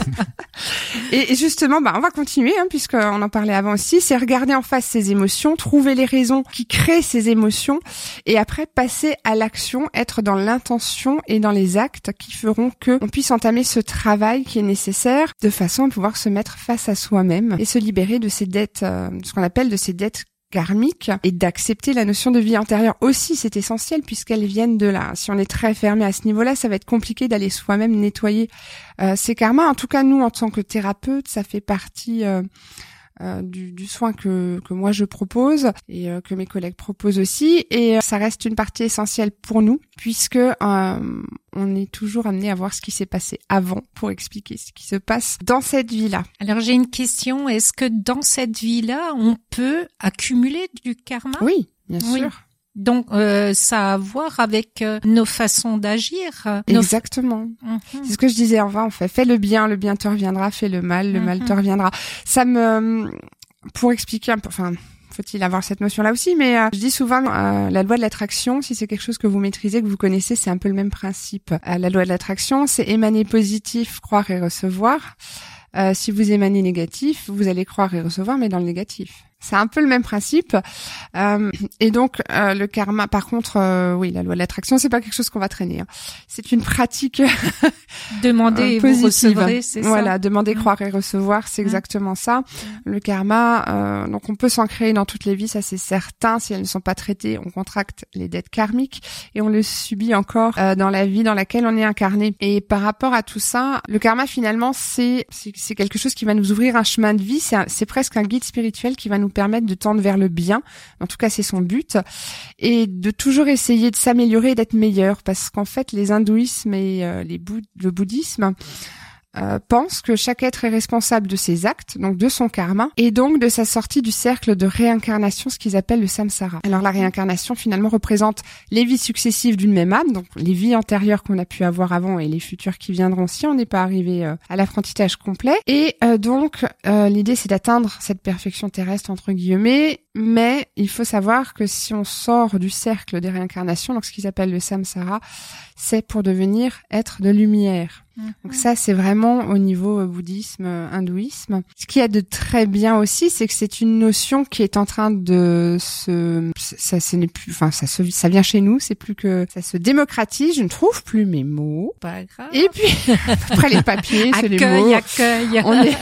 Et justement, on va continuer, puisqu'on en parlait avant aussi, c'est regarder en face ses émotions, trouver les raisons qui créent ces émotions, et après passer à l'action, être dans l'intention et dans les actes qui feront que on puisse entamer ce travail qui est nécessaire de façon à pouvoir se mettre face à soi-même et se libérer de ces dettes, ce qu'on appelle de ces dettes karmiques, et d'accepter la notion de vie antérieure aussi, c'est essentiel puisqu'elles viennent de là. Si on est très fermé à ce niveau-là, ça va être compliqué d'aller soi-même nettoyer ces karmas. En tout cas, nous, en tant que thérapeute, ça fait partie du soin que moi je propose et que mes collègues proposent aussi, et ça reste une partie essentielle pour nous puisque on est toujours amené à voir ce qui s'est passé avant pour expliquer ce qui se passe dans cette vie-là. Alors j'ai une question, est-ce que dans cette vie-là on peut accumuler du karma? Oui, bien sûr. Donc, ça a à voir avec nos façons d'agir. Exactement. C'est ce que je disais avant, en fait. Fais le bien te reviendra. Fais le mal te reviendra. Pour expliquer un peu, faut-il avoir cette notion-là aussi, mais je dis souvent, la loi de l'attraction, si c'est quelque chose que vous maîtrisez, que vous connaissez, c'est un peu le même principe. La loi de l'attraction, c'est émaner positif, croire et recevoir. Si vous émanez négatif, vous allez croire et recevoir, mais dans le négatif. C'est un peu le même principe. Et donc, le karma, par contre, oui, la loi de l'attraction, c'est pas quelque chose qu'on va traîner. C'est une pratique demander et vous recevrez, c'est ça. Voilà, demander, croire et recevoir, c'est exactement ça. Le karma, donc on peut s'en créer dans toutes les vies, ça c'est certain. Si elles ne sont pas traitées, on contracte les dettes karmiques et on le subit encore dans la vie dans laquelle on est incarné. Et par rapport à tout ça, le karma finalement, c'est quelque chose qui va nous ouvrir un chemin de vie. C'est presque un guide spirituel qui va nous permettre de tendre vers le bien. En tout cas, c'est son but. Et de toujours essayer de s'améliorer et d'être meilleur. Parce qu'en fait, les hindouismes et le bouddhisme pense que chaque être est responsable de ses actes, donc de son karma, et donc de sa sortie du cercle de réincarnation, ce qu'ils appellent le samsara. Alors la réincarnation finalement représente les vies successives d'une même âme, donc les vies antérieures qu'on a pu avoir avant et les futures qui viendront si on n'est pas arrivé à l'apprentissage complet. Et donc l'idée c'est d'atteindre cette perfection terrestre entre guillemets, mais il faut savoir que si on sort du cercle des réincarnations, donc ce qu'ils appellent le samsara, c'est pour devenir être de lumière. Donc ça, c'est vraiment au niveau bouddhisme, hindouisme. Ce qu'il y a de très bien aussi, c'est que c'est une notion qui est en train de ça vient chez nous, c'est plus que ça se démocratise. Je ne trouve plus mes mots. Pas grave. Et puis après les papiers, c'est les mots. Accueil.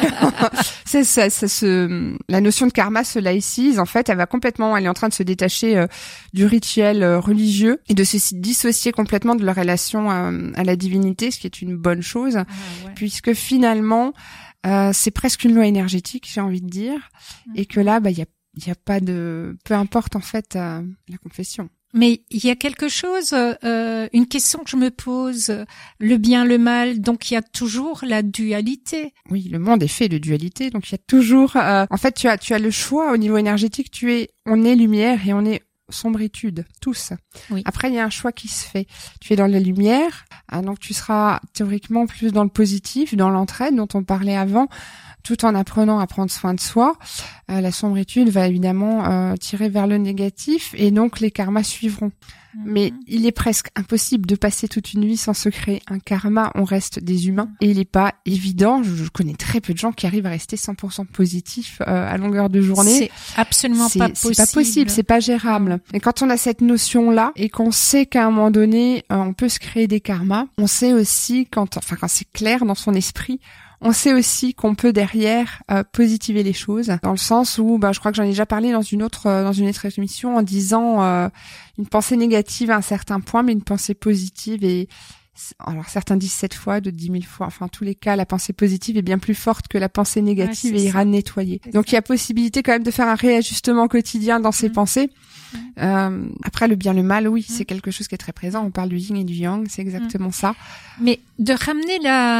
La notion de karma se laïcise. En fait, elle est en train de se détacher du rituel religieux et de se dissocier complètement de leur relation à la divinité, ce qui est une bonne chose, puisque finalement c'est presque une loi énergétique, j'ai envie de dire, et que là il y a pas de, peu importe en fait la confession. Mais il y a quelque chose, une question que je me pose, le bien, le mal, donc il y a toujours la dualité. Oui, le monde est fait de dualité, donc il y a toujours, en fait tu as le choix au niveau énergétique, on est lumière et on est sombritude, tous. Oui. Après, il y a un choix qui se fait. Tu es dans la lumière, donc tu seras théoriquement plus dans le positif, dans l'entraide dont on parlait avant. tout en apprenant à prendre soin de soi, la sombritude va évidemment tirer vers le négatif et donc les karmas suivront. Mais il est presque impossible de passer toute une vie sans se créer un karma. On reste des humains et il n'est pas évident. Je connais très peu de gens qui arrivent à rester 100% positifs à longueur de journée. C'est absolument pas possible. C'est pas possible, c'est pas gérable. Et quand on a cette notion-là et qu'on sait qu'à un moment donné, on peut se créer des karmas, on sait aussi quand c'est clair dans son esprit, on sait aussi qu'on peut derrière positiver les choses, dans le sens où, je crois que j'en ai déjà parlé dans une autre émission en disant une pensée négative à un certain point, mais une pensée positive et alors certains disent 7 fois, d'autres 10 000 fois. Enfin, en tous les cas, la pensée positive est bien plus forte que la pensée négative et ira nettoyer. Donc, il y a possibilité quand même de faire un réajustement quotidien dans ses pensées. Après, le bien, le mal, oui, c'est quelque chose qui est très présent. On parle du yin et du yang, c'est exactement ça. Mais de ramener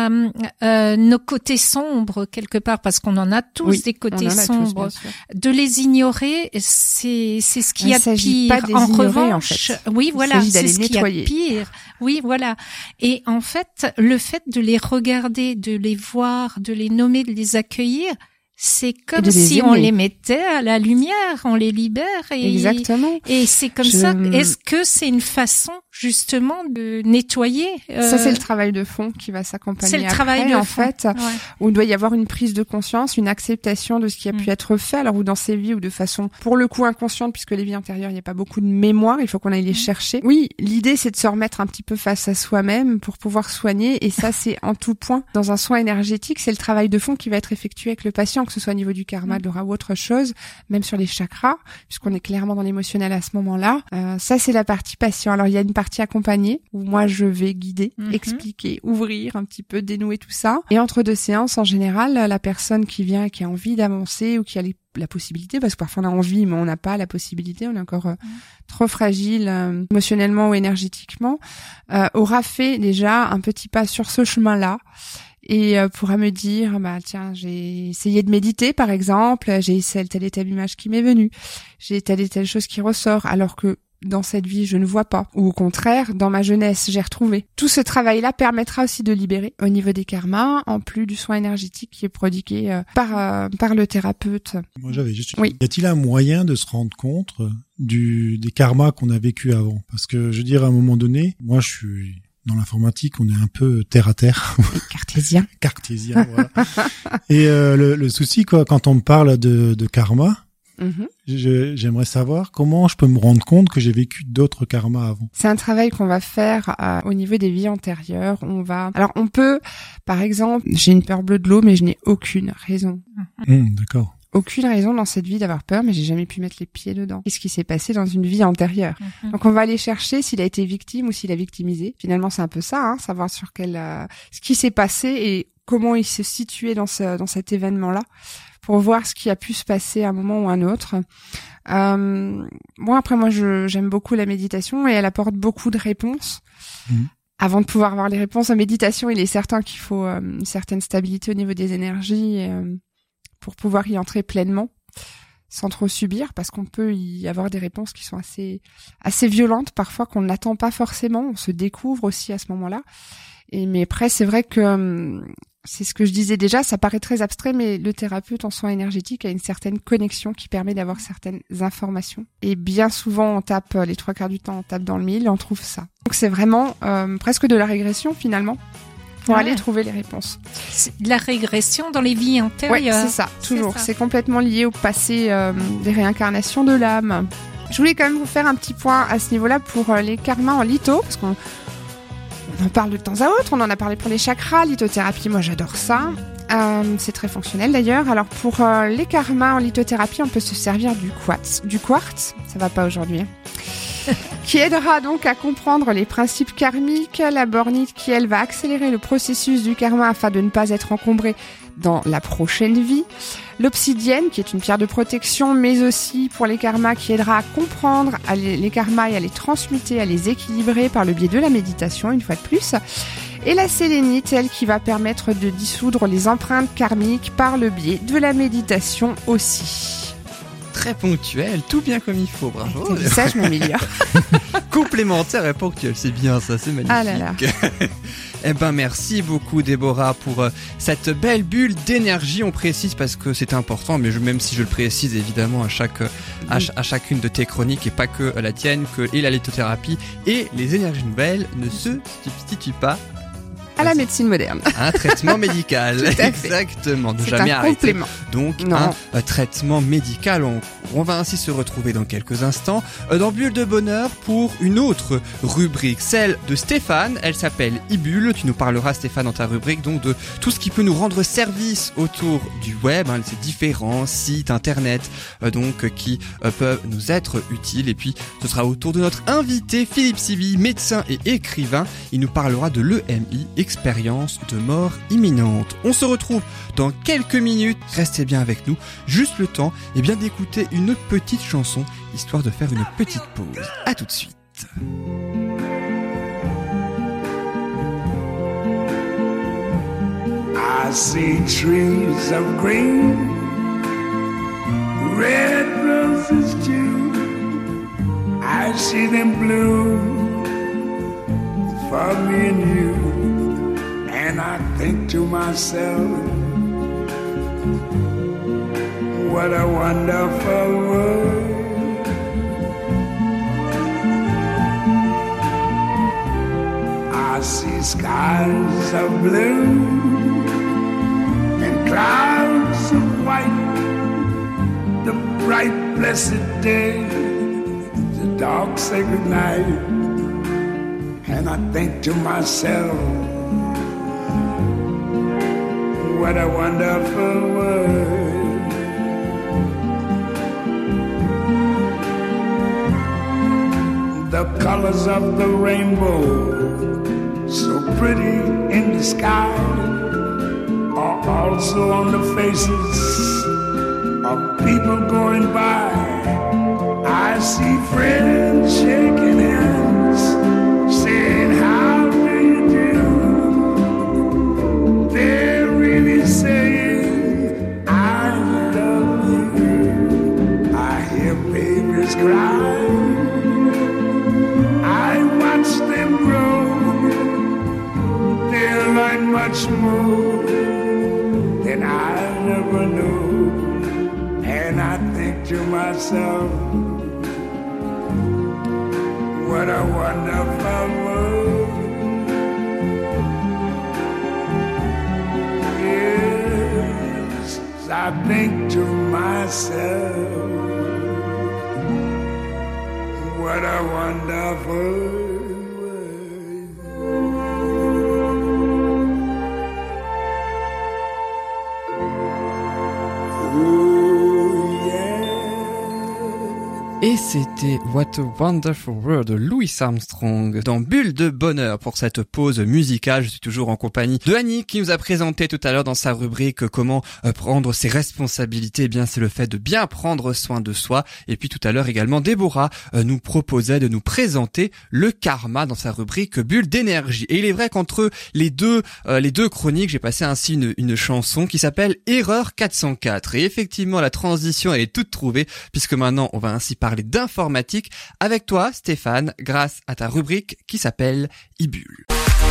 nos côtés sombres quelque part, parce qu'on en a tous des côtés sombres, de les ignorer, c'est ce qu'il y a de pire. Pas en revanche, en fait. Oui, voilà, c'est ce qu'il y a de nettoyer. pire. Oui, voilà. Et en fait, le fait de les regarder, de les voir, de les nommer, de les accueillir, c'est comme si on les mettait à la lumière, on les libère Exactement. Et c'est comme ça. Est-ce que c'est une façon justement de nettoyer Ça, c'est le travail de fond qui va s'accompagner. C'est le travail de fond. Fait, où il doit y avoir une prise de conscience, une acceptation de ce qui a pu être fait, alors ou dans ses vies ou de façon pour le coup inconsciente, puisque les vies antérieures, il n'y a pas beaucoup de mémoire, il faut qu'on aille les chercher. Oui, l'idée c'est de se remettre un petit peu face à soi-même pour pouvoir soigner, et ça c'est en tout point. Dans un soin énergétique, c'est le travail de fond qui va être effectué avec le patient, que ce soit au niveau du karma, de l'aura ou autre chose, même sur les chakras, puisqu'on est clairement dans l'émotionnel à ce moment-là. Ça c'est la partie patient. Alors il y a une partie accompagnée où moi je vais guider, expliquer, ouvrir un petit peu, dénouer tout ça. Et entre deux séances, en général, la personne qui vient et qui a envie d'avancer ou qui a la possibilité, parce que parfois on a envie mais on n'a pas la possibilité, on est encore trop fragile émotionnellement ou énergétiquement, aura fait déjà un petit pas sur ce chemin-là. Et pourra me dire, tiens, j'ai essayé de méditer, par exemple, j'ai telle et telle image qui m'est venue, j'ai telle et telle chose qui ressort, alors que dans cette vie, je ne vois pas. Ou au contraire, dans ma jeunesse, j'ai retrouvé. Tout ce travail-là permettra aussi de libérer au niveau des karmas, en plus du soin énergétique qui est prodigué par le thérapeute. Moi, j'avais juste y a-t-il un moyen de se rendre compte des karmas qu'on a vécu avant? Parce que, je veux dire, à un moment donné, moi, je suis dans l'informatique, on est un peu terre à terre. Cartésien. Cartésien, voilà. Et le souci, quand on me parle de karma, j'aimerais savoir comment je peux me rendre compte que j'ai vécu d'autres karmas avant. C'est un travail qu'on va faire au niveau des vies antérieures. On peut, par exemple, j'ai une peur bleue de l'eau, mais je n'ai aucune raison. D'accord. Aucune raison dans cette vie d'avoir peur, mais j'ai jamais pu mettre les pieds dedans. Qu'est-ce qui s'est passé dans une vie antérieure? Donc on va aller chercher s'il a été victime ou s'il a victimisé. Finalement, c'est un peu ça, savoir sur ce qui s'est passé et comment il se situait dans cet événement-là, pour voir ce qui a pu se passer à un moment ou à un autre. Moi, j'aime beaucoup la méditation et elle apporte beaucoup de réponses. Avant de pouvoir avoir les réponses en méditation, il est certain qu'il faut une certaine stabilité au niveau des énergies pour pouvoir y entrer pleinement, sans trop subir, parce qu'on peut y avoir des réponses qui sont assez violentes parfois, qu'on n'attend pas forcément. On se découvre aussi à ce moment-là. Mais après, c'est vrai que c'est ce que je disais déjà, ça paraît très abstrait, mais le thérapeute en soins énergétiques a une certaine connexion qui permet d'avoir certaines informations. Et bien souvent, les 3/4 du temps, on tape dans le mille et on trouve ça. Donc c'est vraiment presque de la régression finalement, pour aller trouver les réponses. C'est de la régression dans les vies antérieures. Oui, c'est ça, toujours. C'est complètement lié au passé des réincarnations de l'âme. Je voulais quand même vous faire un petit point à ce niveau-là pour les karmas en litho, parce qu'on en parle de temps à autre, on en a parlé pour les chakras, lithothérapie, moi j'adore ça. C'est très fonctionnel d'ailleurs. Alors pour les karmas en lithothérapie, on peut se servir du quartz, ça va pas aujourd'hui, qui aidera donc à comprendre les principes karmiques, la bornite qui elle va accélérer le processus du karma afin de ne pas être encombré dans la prochaine vie. L'obsidienne, qui est une pierre de protection, mais aussi pour les karmas, qui aidera à comprendre les karmas et à les transmuter, à les équilibrer par le biais de la méditation, une fois de plus. Et la sélénite, elle, qui va permettre de dissoudre les empreintes karmiques par le biais de la méditation aussi. Très ponctuel, tout bien comme il faut, bravo. Ça, je m'améliore. Complémentaire et ponctuel, c'est bien ça, c'est magnifique. Ah là là. Eh ben merci beaucoup Déborah pour cette belle bulle d'énergie. On précise parce que c'est important, mais même si je le précise évidemment à chacune de tes chroniques et pas que la tienne, que et la lithothérapie et les énergies nouvelles ne se substituent pas à la médecine moderne. Un traitement médical. Tout à fait. Exactement. Ne C'est jamais un arrêter. complément. Donc, Non. un traitement médical. On va ainsi se retrouver dans quelques instants dans Bulle de Bonheur pour une autre rubrique, celle de Stéphane. Elle s'appelle iBulle. Tu nous parleras, Stéphane, dans ta rubrique, donc de tout ce qui peut nous rendre service autour du web, ces différents sites internet, qui peuvent nous être utiles. Et puis, ce sera au tour de notre invité, Philippe Siby, médecin et écrivain. Il nous parlera de l'EMI, expérience de mort imminente. On se retrouve dans quelques minutes. Restez bien avec nous. Juste le temps, d'écouter une petite chanson, histoire de faire une petite pause. À tout de suite. I see trees of green, red roses too. I see them bloom for me and you. And I think to myself, what a wonderful world. I see skies of blue and clouds of white, the bright blessed day, the dark sacred night. And I think to myself, what a wonderful world. The colors of the rainbow, so pretty in the sky, are also on the faces of people going by. I see friends shaking hands, saying, how do you do? They're really saying, I love you. I hear babies cry. I watch them grow. They'll learn much more than I ever knew. And I think to myself, what a wonderful world. Yes, I think to myself, what a wonderful world. Oh, yeah. Et c'était What a Wonderful World de Louis Armstrong dans Bulle de Bonheur pour cette pause musicale. Je suis toujours en compagnie de Annie qui nous a présenté tout à l'heure dans sa rubrique comment prendre ses responsabilités. Eh bien, c'est le fait de bien prendre soin de soi. Et puis tout à l'heure également, Déborah nous proposait de nous présenter le karma dans sa rubrique Bulle d'énergie. Et il est vrai qu'entre les deux chroniques, j'ai passé ainsi une chanson qui s'appelle Erreur 404. Et effectivement, la transition elle est toute trouvée puisque maintenant on va ainsi parler d'informatique avec toi, Stéphane, grâce à ta rubrique qui s'appelle iBulle.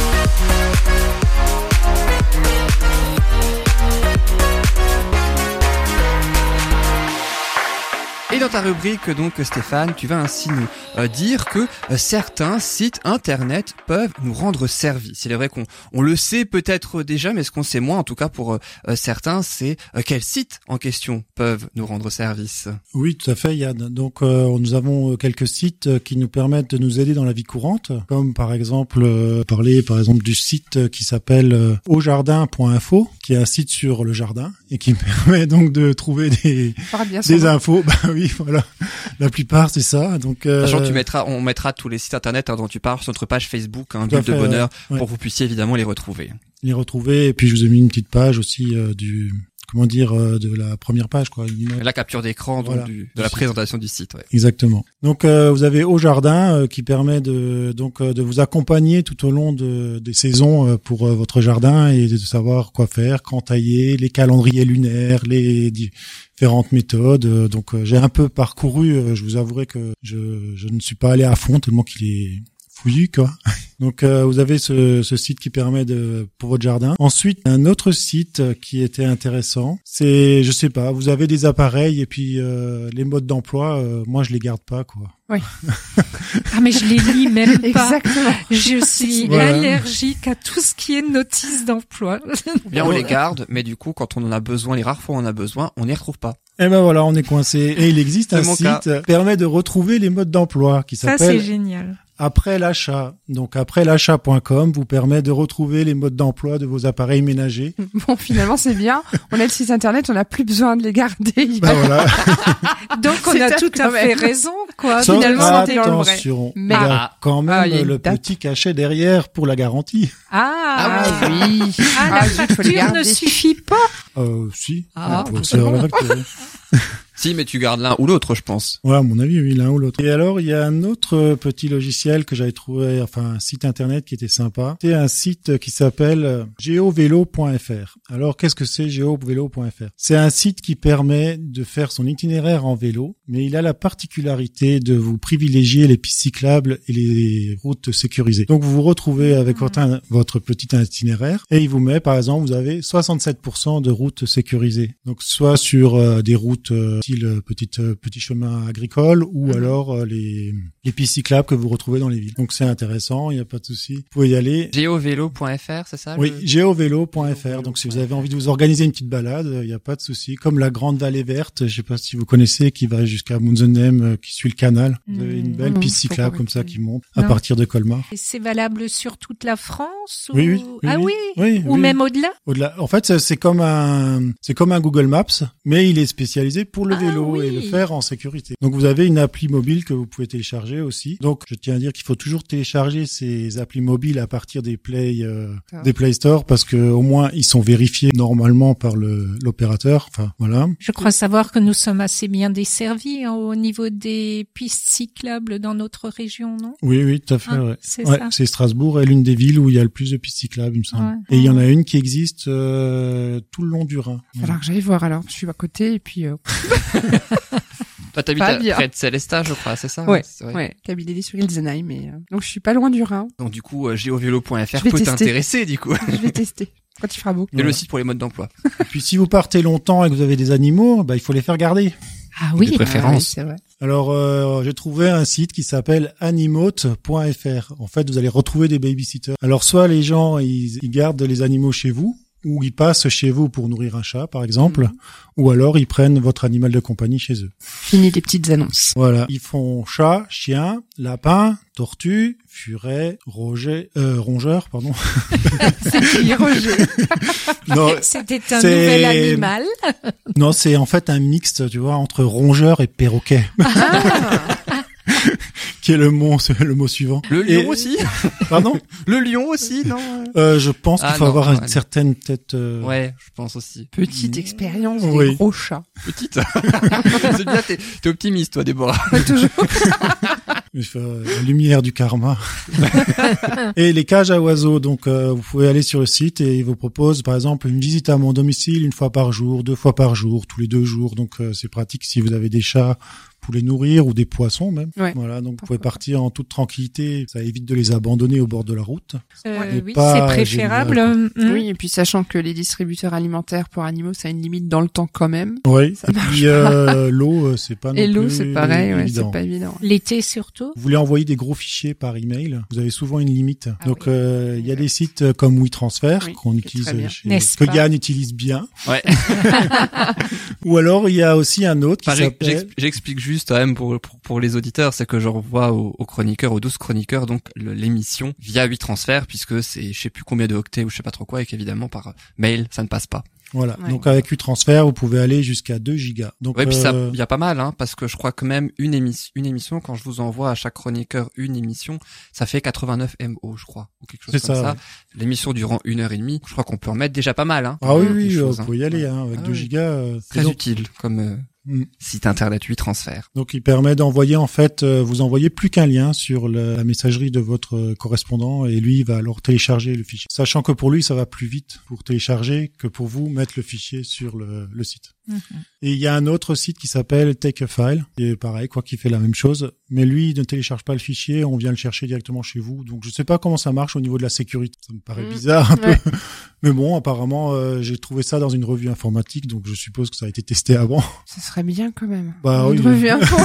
Et dans ta rubrique, donc, Stéphane, tu vas ainsi nous dire que certains sites internet peuvent nous rendre service. Il est vrai qu'on le sait peut-être déjà, mais ce qu'on sait moins, en tout cas pour certains, c'est quels sites en question peuvent nous rendre service. Oui, tout à fait, Yann. Donc, nous avons quelques sites qui nous permettent de nous aider dans la vie courante, comme par exemple parler du site qui s'appelle aujardin.info, qui est un site sur le jardin et qui permet donc de trouver des infos. Bah oui, voilà. La plupart, c'est ça. Donc, sachant que on mettra tous les sites internet dont tu parles sur notre page Facebook, Bulle de Bonheur, pour que vous puissiez évidemment les retrouver. Et puis je vous ai mis une petite page aussi de la première page, quoi. La capture d'écran, donc, voilà, de la présentation du site, ouais. Exactement. Donc, vous avez Au Jardin, qui permet de vous accompagner tout au long des saisons pour votre jardin et de savoir quoi faire, quand tailler, les calendriers lunaires, les différentes méthodes. Donc, j'ai un peu parcouru, je vous avouerai que je ne suis pas allé à fond tellement qu'il est fouillu, quoi. Donc vous avez ce site qui permet pour votre jardin. Ensuite, un autre site qui était intéressant, c'est, je sais pas, vous avez des appareils et puis les modes d'emploi, moi je les garde pas, quoi. Oui. Ah, mais je les lis même pas. Exactement. Je suis Voilà. allergique à tout ce qui est notice d'emploi. Ou bien on les garde, mais du coup, quand on en a besoin, les rares fois où on en a besoin, on les retrouve pas. Et ben voilà, on est coincé. Et il existe C'est un mon site cas. qui permet de retrouver les modes d'emploi qui Ça, s'appelle c'est génial. Après l'achat. Donc après l'achat.com vous permet de retrouver les modes d'emploi de vos appareils ménagers. Bon, finalement, c'est bien. On a le site internet, on n'a plus besoin de les garder. Ben voilà. Donc, on C'est a ça, tout à quand fait même. raison, quoi. Sauf- Finalement, t'es dans le vrai. attention, Mais- il y a quand même il y a une le date. petit cachet derrière pour la garantie. Ah, oui. la zut, faut les facture ne garder. suffit pas. Si. Ah. Pour se refacturer. Si, mais tu gardes l'un ou l'autre, je pense. Ouais, à mon avis, oui, l'un ou l'autre. Et alors, il y a un autre petit logiciel que j'avais trouvé, enfin, un site internet qui était sympa. C'est un site qui s'appelle geovelo.fr. Alors, qu'est-ce que c'est geovelo.fr? C'est un site qui permet de faire son itinéraire en vélo, mais il a la particularité de vous privilégier les pistes cyclables et les routes sécurisées. Donc, vous vous retrouvez avec votre petit itinéraire et il vous met, par exemple, vous avez 67% de routes sécurisées. Donc, soit sur des routes style petit chemin agricole ou alors les pistes cyclables que vous retrouvez dans les villes. Donc c'est intéressant, il n'y a pas de souci. Vous pouvez y aller. Geovelo.fr, c'est ça? Oui, geovelo.fr. Donc si vous avez envie de vous organiser une petite balade, il n'y a pas de souci. Comme la Grande Vallée Verte, je sais pas si vous connaissez, qui va jusqu'à Munzenheim, qui suit le canal. Vous avez une belle non, piste faut cyclable pas comme ça reculer. qui monte à Non. partir de Colmar. Et c'est valable sur toute la France? Oui, ou... oui, oui, Ah oui. oui? Oui, Ou oui. même au-delà? Au-delà. En fait, c'est comme un Google Maps, mais il est spécialisé pour le Ah vélo oui. et le faire en sécurité. Donc vous avez une appli mobile que vous pouvez télécharger aussi. Donc je tiens à dire qu'il faut toujours télécharger ces applis mobiles à partir des Play Store parce que au moins ils sont vérifiés normalement par l'opérateur. Enfin voilà. Je crois savoir que nous sommes assez bien desservis au niveau des pistes cyclables dans notre région, non? Oui, tout à fait. Ah, ouais. c'est Ouais, ça. c'est Strasbourg est l'une des villes où il y a le plus de pistes cyclables, il me semble. Ouais. Et il y en a une qui existe tout le long du Rhin. Il va falloir que j'aille voir alors. Je suis à côté et puis Toi, t'habites Pas bien. près de Célestat, je crois, c'est ça? ouais, C'est vrai. ouais, Kabylie sur Ilsenheim. Mais donc je suis pas loin du Rhin. Donc du coup, geovelo.fr Je vais peut tester. t'intéresser, du coup. Je vais tester quand il fera beau. Et le site pour les modes d'emploi. Et puis si vous partez longtemps et que vous avez des animaux, bah il faut les faire garder. Ah De oui. préférence. Ah oui, c'est vrai. Alors, j'ai trouvé un site qui s'appelle animote.fr. En fait, vous allez retrouver des babysitters. Alors, soit les gens, ils gardent les animaux chez vous, ou ils passent chez vous pour nourrir un chat, par exemple, ou alors ils prennent votre animal de compagnie chez eux. Fini les petites annonces. Voilà. Ils font chat, chien, lapin, tortue, furet, rongeur, pardon. C'est qui, Roger? Non, C'était un C'est- nouvel animal. non, c'est en fait un mixte, tu vois, entre rongeur et perroquet, qui est le mot suivant. Le lion Et- aussi? Pardon? Le lion aussi, non? Je pense qu'il Ah, faut non, avoir une ouais. certaine tête. Ouais, je pense aussi. Petite expérience des Oui. gros chats. Petite. C'est bien, t'es optimiste, toi, Déborah. Toujours. Il faut, la lumière du karma. Et les cages à oiseaux. Donc, vous pouvez aller sur le site et ils vous proposent, par exemple, une visite à mon domicile 1 fois par jour, 2 fois par jour, tous les 2 jours. Donc, c'est pratique si vous avez des chats pour les nourrir ou des poissons même. Ouais. Voilà. Donc, vous Pourquoi pouvez partir en toute tranquillité. Ça évite de les abandonner au bord de la route. Oui, Et c'est pas préférable. génial, Oui, et puis sachant que les distributeurs alimentaires pour animaux, ça a une limite dans le temps quand même. Oui. Ça Et marche puis, l'eau, c'est pas non Et l'eau, plus c'est pareil, ouais, évident. c'est pas évident. L'été surtout. Vous voulez envoyer des gros fichiers par email, vous avez souvent une limite. Ah Donc oui. il y a des sites comme WeTransfer Oui, qu'on qui est utilise très bien. N'est-ce que pas Yann utilise bien. Ouais. Ou alors il y a aussi un autre qui Enfin, s'appelle j'explique juste quand même pour les auditeurs, c'est que je renvoie aux chroniqueurs, aux 12 chroniqueurs, donc l'émission via 8transferts, puisque c'est je sais plus combien de octets ou je sais pas trop quoi, et qu'évidemment par mail ça ne passe pas. voilà. Ouais. Donc avec WeTransfer, vous pouvez aller jusqu'à 2 gigas. Donc Ouais, puis ça, il y a pas mal, hein, parce que je crois que même une émission, quand je vous envoie à chaque chroniqueur une émission, ça fait 89 MO, je crois, ou quelque chose C'est comme ça, ça. ouais. L'émission durant 1h30, je crois qu'on peut en mettre déjà pas mal, hein. ah oui Des oui, choses, vous pouvez y aller hein, avec Ah 2 oui. gigas. Très Et donc, utile comme Mm. site internet 8transferts. donc il permet d'envoyer en fait, vous envoyez plus qu'un lien sur la messagerie de votre correspondant et lui il va alors télécharger le fichier. Sachant que pour lui ça va plus vite pour télécharger que pour vous mettre le fichier sur le site. Et il y a un autre site qui s'appelle Take a File, qui est pareil, qui fait la même chose. Mais lui, il ne télécharge pas le fichier, on vient le chercher directement chez vous. Donc je sais pas comment ça marche au niveau de la sécurité. Ça me paraît bizarre un peu. Mais bon, apparemment, j'ai trouvé ça dans une revue informatique, donc je suppose que ça a été testé avant. Ça serait bien quand même. Bah Une oui. revue info.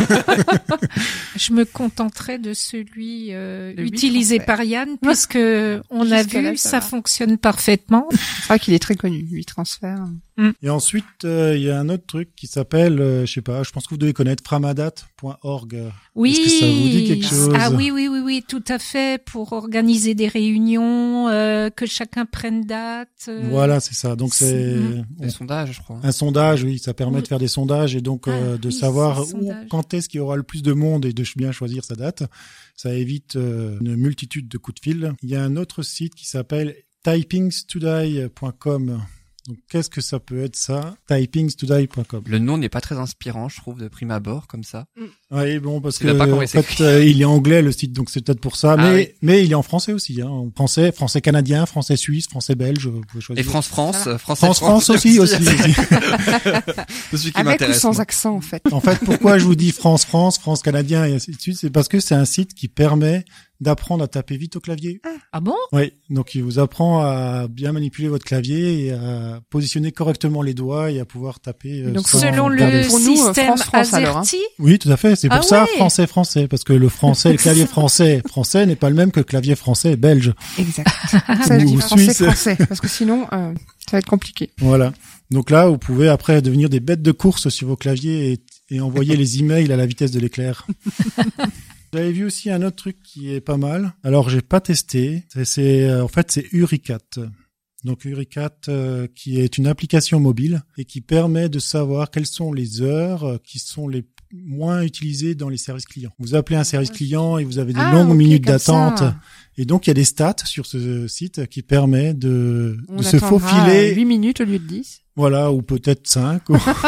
Je me contenterai de celui Le utilisé transfert. par Yann, puisque on a Jusque-là, vu, ça ça va. fonctionne parfaitement. C'est vrai qu'il est très connu, 8 transferts. Et ensuite, il y a un autre truc qui s'appelle, je sais pas, je pense que vous devez connaître framadat.org. Oui. Est-ce que ça vous dit quelque chose? Ah oui, tout à fait, pour organiser des réunions, que chacun prenne date. Voilà, c'est ça. Donc c'est Des sondages, je crois. un sondage, oui, ça permet de faire des sondages et donc de oui, savoir c'est où, sondage. quand est-ce qu'il y aura le plus de monde et de bien choisir sa date. Ça évite une multitude de coups de fil. Il y a un autre site qui s'appelle typingstoday.com. Donc qu'est-ce que ça peut être ça? typingstoday.com. Le nom n'est pas très inspirant, je trouve, de prime abord, comme ça. Oui, bon, parce Tu sais pas comment que il en fait, s'écrit. il est anglais le site, donc c'est peut-être pour ça. Ah Mais il est en français aussi, hein. Français canadien, français suisse, français belge. Vous pouvez choisir. Et France, Ça France aussi. C'est celui qui Avec ou m'intéresse. sans moi. accent, en fait. En fait, pourquoi je vous dis France canadien et ainsi de suite, c'est parce que c'est un site qui permet d'apprendre à taper vite au clavier. Ah bon? Oui, donc il vous apprend à bien manipuler votre clavier et à positionner correctement les doigts et à pouvoir taper. Donc, sans Selon regarder. le Pour nous, système France, alors, hein. AZERTY. Oui, tout à fait. C'est pour Ah ça ouais. français, parce que le clavier français n'est pas le même que le clavier français belge. Exact. C'est pour ça que je dis Ou français, suisse. français. Parce que sinon, ça va être compliqué. Voilà. Donc là, vous pouvez après devenir des bêtes de course sur vos claviers et envoyer les emails à la vitesse de l'éclair. J'avais vu aussi un autre truc qui est pas mal. Alors, j'ai pas testé. En fait, c'est Uricat. Donc Uricat, qui est une application mobile et qui permet de savoir quelles sont les heures qui sont les moins utilisées dans les services clients. Vous appelez un service client et vous avez des longues ok, minutes comme d'attente. ça. Et donc, il y a des stats sur ce site qui permet de se attendra faufiler. 8 minutes au lieu de 10. Voilà, ou peut-être 5.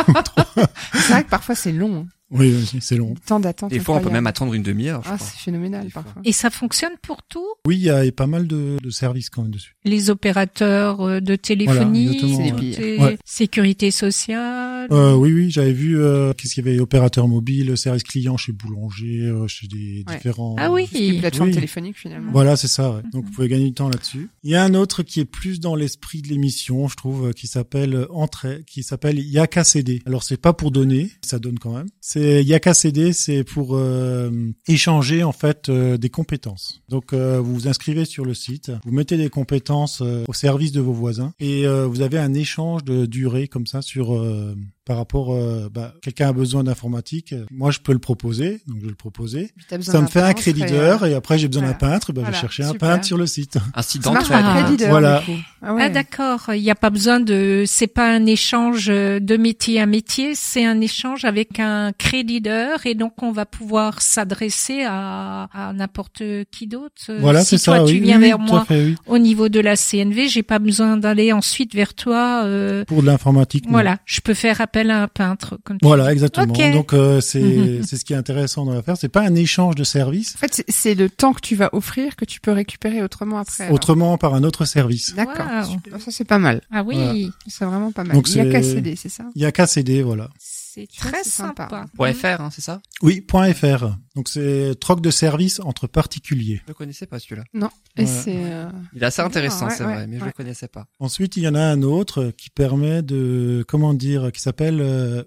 C'est vrai que parfois c'est long. Hein. Oui, c'est long. Le temps d'attente. Des fois, on peut incroyable. même attendre une demi-heure, je Ah, crois. c'est phénoménal Des fois. parfois. Et ça fonctionne pour tout? Oui, il y a pas mal de services quand même dessus. Les opérateurs de téléphonie, Voilà, exactement. C'est les pires. Ouais. sécurité sociale. Oui, j'avais vu qu'est-ce qu'il y avait, opérateur mobile, service client chez Boulanger, chez des Ouais. différents. Ah oui. Les plateformes Oui. téléphoniques finalement. Voilà, c'est ça. Ouais. Donc vous pouvez gagner du temps là-dessus. Il y a un autre qui est plus dans l'esprit de l'émission, je trouve, qui s'appelle Yaka CD. Alors c'est pas pour donner, ça donne quand même. C'est Yaka CD, c'est pour échanger en fait des compétences. Donc vous vous inscrivez sur le site, vous mettez des compétences au service de vos voisins et vous avez un échange de durée comme ça sur par rapport quelqu'un a besoin d'informatique, moi je peux le proposer, donc je vais le proposer. Puis t'as besoin Ça me d'un fait un peintre crédit et, d'heure et après j'ai besoin voilà. d'un peintre, je vais Voilà, chercher un super. peintre sur le site. Un site Ça marche d'entraide. par crédit d'heure, Voilà. du coup. Ah, ouais. Ah d'accord, il n'y a pas besoin c'est pas un échange de métier à métier, c'est un échange avec un crédit d'heure et donc on va pouvoir s'adresser à n'importe qui d'autre. Voilà, si c'est toi ça. tu Oui, viens oui, vers tout à moi fait, oui. au niveau de la CNV, j'ai pas besoin d'aller ensuite vers toi. Pour de l'informatique. non. Voilà, je peux faire appel à un peintre comme tu Voilà, dis. exactement. Ok. Donc c'est ce qui est intéressant dans l'affaire. C'est pas un échange de services, En fait, c'est le temps que tu vas offrir que tu peux récupérer autrement après. alors. autrement par un autre service. D'accord. Wow. Super. Ça c'est pas mal. Ah oui, Voilà. C'est vraiment pas mal. Donc, Il y a c'est- qu'à CD, c'est ça? Yaka CD, voilà. c'est Ça, très c'est sympa. sympa. .fr, hein, c'est ça? Oui, .fr. Donc c'est troc de services entre particuliers. Je le connaissais pas, celui-là. Non. Et Ouais. c'est Il est assez intéressant, ouais, c'est ouais, vrai, mais je ouais. le connaissais pas. Ensuite, il y en a un autre qui permet de, qui s'appelle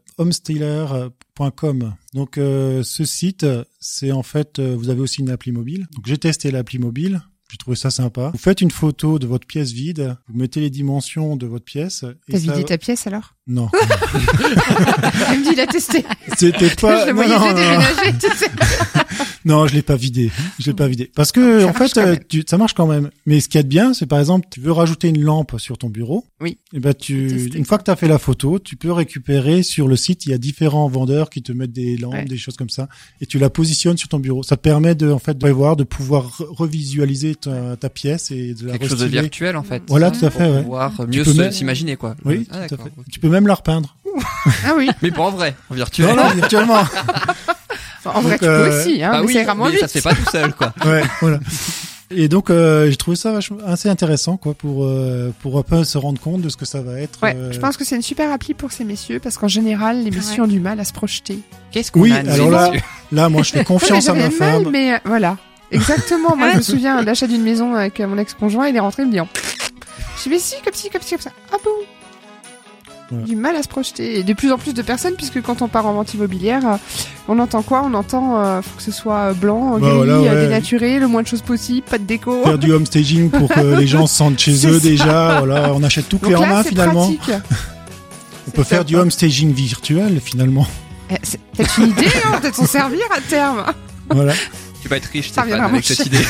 homestealer.com. Donc ce site, c'est en fait, vous avez aussi une appli mobile. Donc j'ai testé l'appli mobile. J'ai trouvé ça sympa. Vous faites une photo de votre pièce vide, vous mettez les dimensions de votre pièce. Et T'as ça- vidé ta pièce alors? Non, Elle me dit, il a testé. c'était pas. Je le non, voyais non, déjà non. déménager, tu sais. Non, je l'ai pas vidé. Je l'ai pas vidé. Parce que, Ça en marche fait, quand même. ça marche quand même. Mais ce qu'il y a de bien, c'est par exemple, tu veux rajouter une lampe sur ton bureau. Oui. Et ben, Tester. une fois que tu as fait la photo, tu peux récupérer sur le site, il y a différents vendeurs qui te mettent des lampes, Ouais. des choses comme ça. Et tu la positionnes sur ton bureau. Ça te permet de prévoir, de pouvoir revisualiser ta pièce et de la Quelque chose de restyler. virtuel, en fait. Voilà, c'est tout à ça, fait, pour ouais. pouvoir mieux peux même- s'imaginer, quoi. Oui, Ah, tout à d'accord, fait. ok. Tu peux même la repeindre. Ah oui. Mais pas en vrai, en virtuel. Non, non, virtuellement. En vrai, Donc, tu peux aussi, hein. Ah mais oui, ça ira moins mais vite. ça se fait pas tout seul, quoi. Ouais, voilà. Et donc j'ai trouvé ça assez intéressant quoi pour un peu se rendre compte de ce que ça va être. Ouais, je pense que c'est une super appli pour ces messieurs parce qu'en général, les messieurs ont du mal à se projeter. Qu'est-ce qu'on Oui, a, nous, alors messieurs là moi je fais confiance à J'ai ma rien de mal, femme. mais voilà. Exactement. Moi, je me souviens de l'achat d'une maison avec mon ex-conjoint. Il est rentré, il me dit, je dis, mais si, comme ci, comme ci, comme ça. Ah bon? Ouais. Du mal à se projeter. Et de plus en plus de personnes, puisque quand on part en vente immobilière, on entend quoi? On entend, faut que ce soit blanc, gris, voilà, ouais. dénaturé, le moins de choses possible, pas de déco. Faire du home staging pour que les gens se sentent chez C'est eux ça. déjà. Voilà, on achète tout clé Donc en là, main c'est finalement. pratique. On peut faire du home staging virtuel finalement. C'est peut-être une idée, hein, peut-être s'en servir à terme. Voilà. Tu vas être riche, Ça Stéphane, reviendra avec moins cette idée.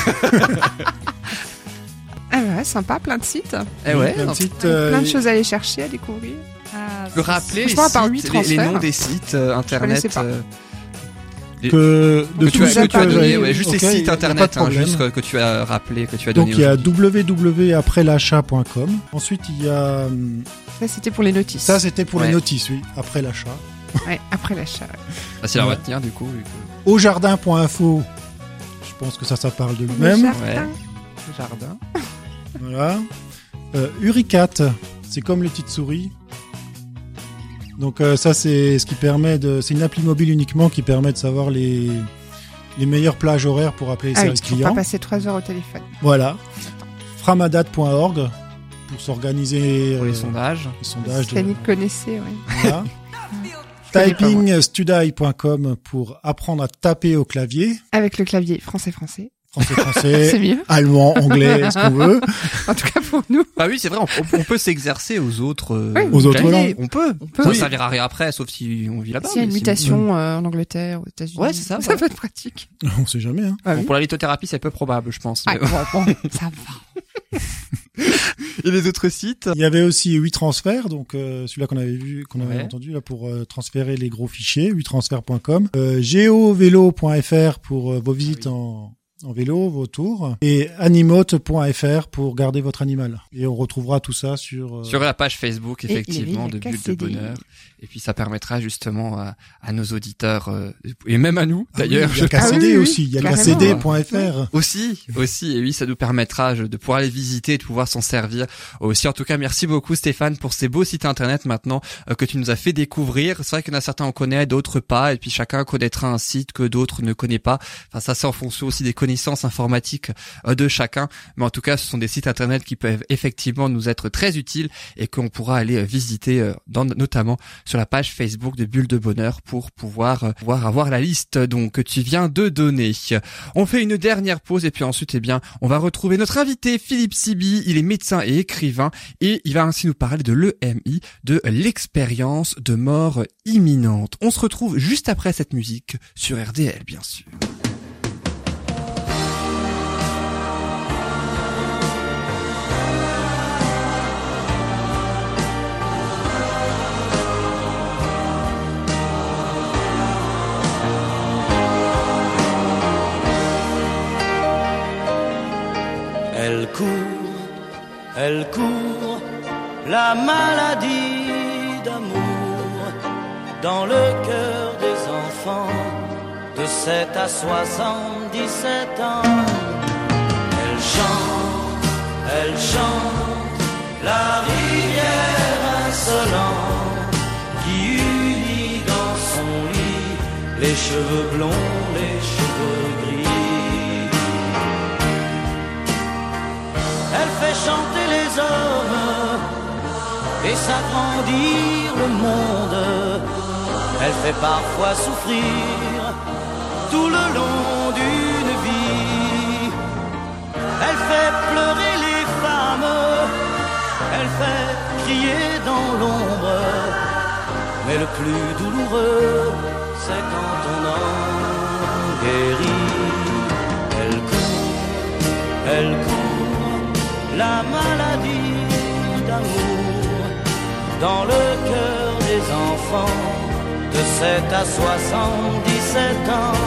Ah ouais, sympa, plein de sites. Eh ouais, Plein de on sites, Plein de choses à aller chercher, à découvrir. peut rappeler les, Franchement, à part sites, 8 les noms transferts, des sites connaissais internet. pas. Que Que tu as que donné, ouais, juste ok, les y sites a pas de internet, problème. juste que tu as rappelé, que tu as Donc donné. il y a aujourd'hui. www.aprèslachat.com. Ensuite il y a Ça, c'était pour les notices. ça c'était pour Ouais. les notices, oui, après l'achat. Ouais, après l'achat. Facile à Ouais. retenir du coup. Aujardin.info. Je pense que ça parle de Le lui-même. jardin. Le jardin. Voilà. Uricat, c'est comme les petites souris. Donc ça c'est ce qui permet c'est une appli mobile uniquement qui permet de savoir les meilleures plages horaires pour appeler les Ah oui, services faut pas clients. passer 3 heures au téléphone. Voilà. Framadat.org pour s'organiser Pour les sondages. les sondages. Yannick connaissait, ouais. Voilà. connais pas, moi. Typingstudai.com pour apprendre à taper au clavier. Avec le clavier français. C'est Français, mieux. allemand, anglais, ce qu'on veut. En tout cas pour nous. Bah oui, c'est vrai, on peut s'exercer aux autres. Oui, aux autres claviers. langues. On peut. peut. Ça ne Oui. servira à rien après, sauf si on vit là-bas. S'il y a une mais mutation en Angleterre, aux États-Unis. Ouais, c'est ça, Ça ouais. peut être pratique. On sait jamais. Hein. Ah Bon, oui. pour la lithothérapie, c'est peu probable, je pense. Ah, Mais- bon, ça va. Et les autres sites Il y avait aussi 8transferts, donc celui-là qu'on avait vu, qu'on avait Ouais. entendu là pour transférer les gros fichiers, 8transferts.com, geovélo.fr pour vos visites en vélo, vos tours, et animote.fr pour garder votre animal. Et on retrouvera tout ça sur sur la page Facebook, Et effectivement, il a de Bulle de cassé des- Bonheur. Et puis ça permettra justement à nos auditeurs, et même à nous, Ah oui, d'ailleurs, il y a je KCD Ah oui, oui, aussi, il y a carrément. kcd.fr. Aussi, et oui, ça nous permettra de pouvoir les visiter et de pouvoir s'en servir aussi. En tout cas, merci beaucoup Stéphane pour ces beaux sites internet maintenant que tu nous as fait découvrir. C'est vrai qu'il y en a certains on connaît, d'autres pas, et puis chacun connaîtra un site que d'autres ne connaissent pas. Enfin, ça c'est en fonction aussi des connaissances informatiques de chacun. Mais en tout cas, ce sont des sites internet qui peuvent effectivement nous être très utiles et qu'on pourra aller visiter notamment sur la page Facebook de Bulle de Bonheur pour pouvoir avoir la liste donc que tu viens de donner. On fait une dernière pause et puis ensuite, eh bien, on va retrouver notre invité Philippe Siby. Il est médecin et écrivain et il va ainsi nous parler de l'EMI, de l'expérience de mort imminente. On se retrouve juste après cette musique sur RDL, bien sûr. Elle court, la maladie d'amour dans le cœur des enfants de 7 à 77 ans. Elle chante la rivière insolente qui unit dans son lit les cheveux blonds, les cheveux gris. Elle fait chanter les hommes et s'agrandir le monde. Elle fait parfois souffrir tout le long d'une vie. Elle fait pleurer les femmes, elle fait crier dans l'ombre. Mais le plus douloureux, c'est quand on en guérit. Elle court, la maladie d'amour dans le cœur des enfants de 7 à 77 ans.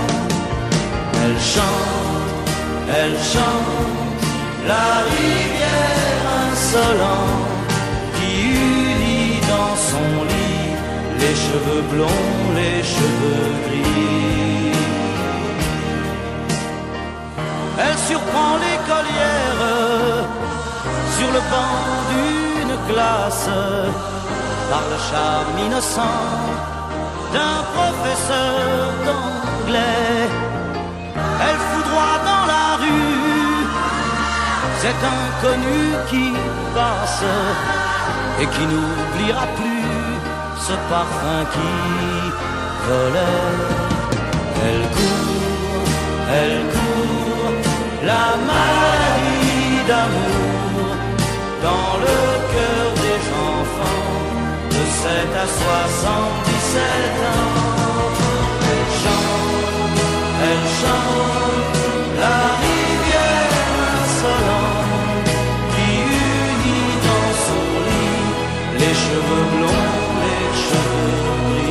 Elle chante la rivière insolente qui unit dans son lit les cheveux blonds, les cheveux gris. Elle surprend l'école le banc d'une classe, par le charme innocent d'un professeur d'anglais. Elle foudroie dans la rue cet inconnu qui passe et qui n'oubliera plus ce parfum qui volait. Elle court, la maladie d'amour dans le cœur des enfants de 7 à 77 ans. Elle chante la rivière insolente qui unit dans son lit les cheveux blonds, les cheveux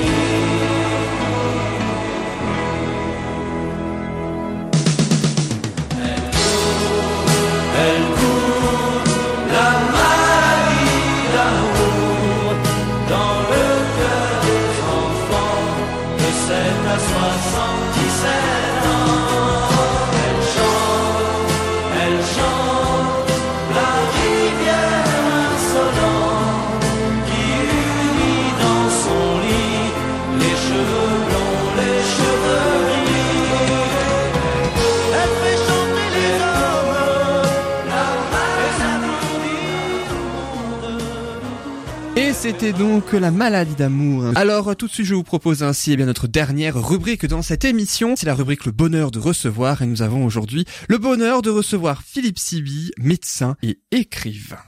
gris. Elle court, la maladie d'amour dans le cœur des enfants de 7 à 77 ans. Elle chante la rivière insolente qui unit dans son lit les cheveux blonds, les cheveux gris. Elle fait chanter les hommes et s'applaudit tout le monde. Et c'était donc la maladie d'amour. Alors tout de suite je vous propose ainsi notre dernière rubrique dans cette émission, c'est la rubrique le bonheur de recevoir, et nous avons aujourd'hui le bonheur de recevoir Philippe Siby, médecin et écrivain.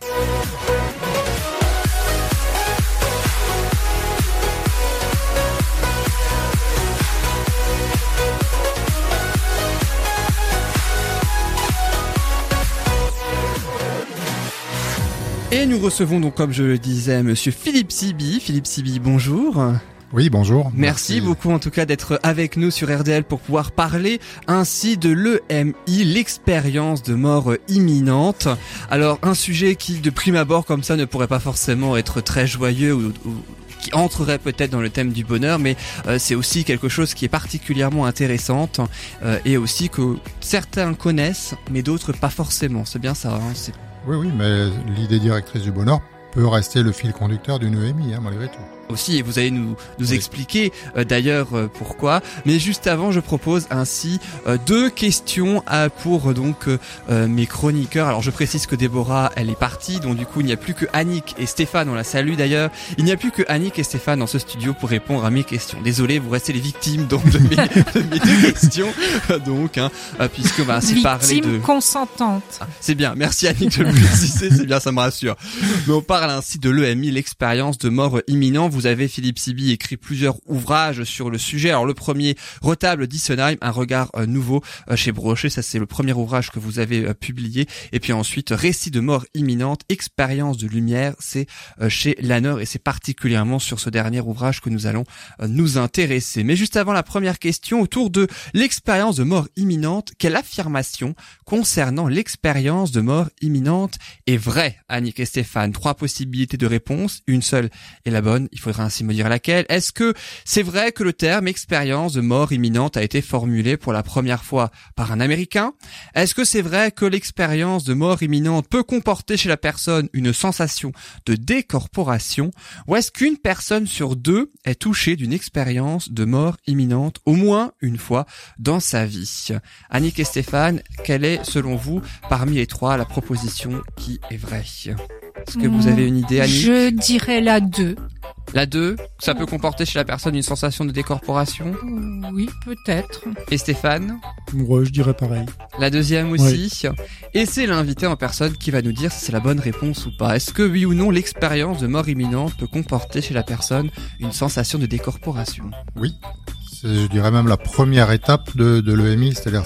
Et nous recevons donc, comme je le disais, monsieur Philippe Siby. Philippe Siby, bonjour. Oui, bonjour. Merci beaucoup en tout cas d'être avec nous sur RDL pour pouvoir parler ainsi de l'EMI, l'expérience de mort imminente. Alors un sujet qui de prime abord comme ça ne pourrait pas forcément être très joyeux ou qui entrerait peut-être dans le thème du bonheur, mais c'est aussi quelque chose qui est particulièrement intéressante et aussi que certains connaissent mais d'autres pas forcément. C'est bien ça, hein, c'est... Oui, mais l'idée directrice du bonheur peut rester le fil conducteur d'une EMI, malgré tout. Aussi, et vous allez nous expliquer d'ailleurs pourquoi. Mais juste avant, je propose ainsi 2 questions pour donc mes chroniqueurs. Alors je précise que Déborah, elle est partie, donc du coup il n'y a plus que Annick et Stéphane, on la salue d'ailleurs. Il n'y a plus que Annick et Stéphane dans ce studio pour répondre à mes questions. Désolé, vous restez les victimes donc de mes 2 questions. Donc, puisque on va ainsi parler de... Victime consentante. Ah, c'est bien, merci Annick de le préciser, c'est bien, ça me rassure. Mais on parle ainsi de l'EMI, l'expérience de mort imminente. Vous avez, Philippe Siby, écrit plusieurs ouvrages sur le sujet. Alors le premier, Retable d'Issenheim, un regard nouveau chez Brochet, ça c'est le premier ouvrage que vous avez publié. Et puis ensuite, Récit de mort imminente, expérience de lumière, c'est chez Lanner, et c'est particulièrement sur ce dernier ouvrage que nous allons nous intéresser. Mais juste avant la première question, autour de l'expérience de mort imminente, quelle affirmation concernant l'expérience de mort imminente est vraie, Annick et Stéphane? 3 possibilités de réponse, une seule est la bonne, il faudra ainsi me dire laquelle. Est-ce que c'est vrai que le terme expérience de mort imminente a été formulé pour la première fois par un Américain? Est-ce que c'est vrai que l'expérience de mort imminente peut comporter chez la personne une sensation de décorporation? Ou est-ce qu'une personne sur 2 est touchée d'une expérience de mort imminente au moins une fois dans sa vie? Annick et Stéphane, quelle est selon vous parmi les 3 la proposition qui est vraie? Est-ce que vous avez une idée, Annick? Je dirais la 2. La 2, ça peut comporter chez la personne une sensation de décorporation? Oui, peut-être. Et Stéphane? Ouais, je dirais pareil. La deuxième aussi. Oui. Et c'est l'invité en personne qui va nous dire si c'est la bonne réponse ou pas. Est-ce que oui ou non l'expérience de mort imminente peut comporter chez la personne une sensation de décorporation? Oui. C'est, je dirais même la première étape de l'EMI, c'est-à-dire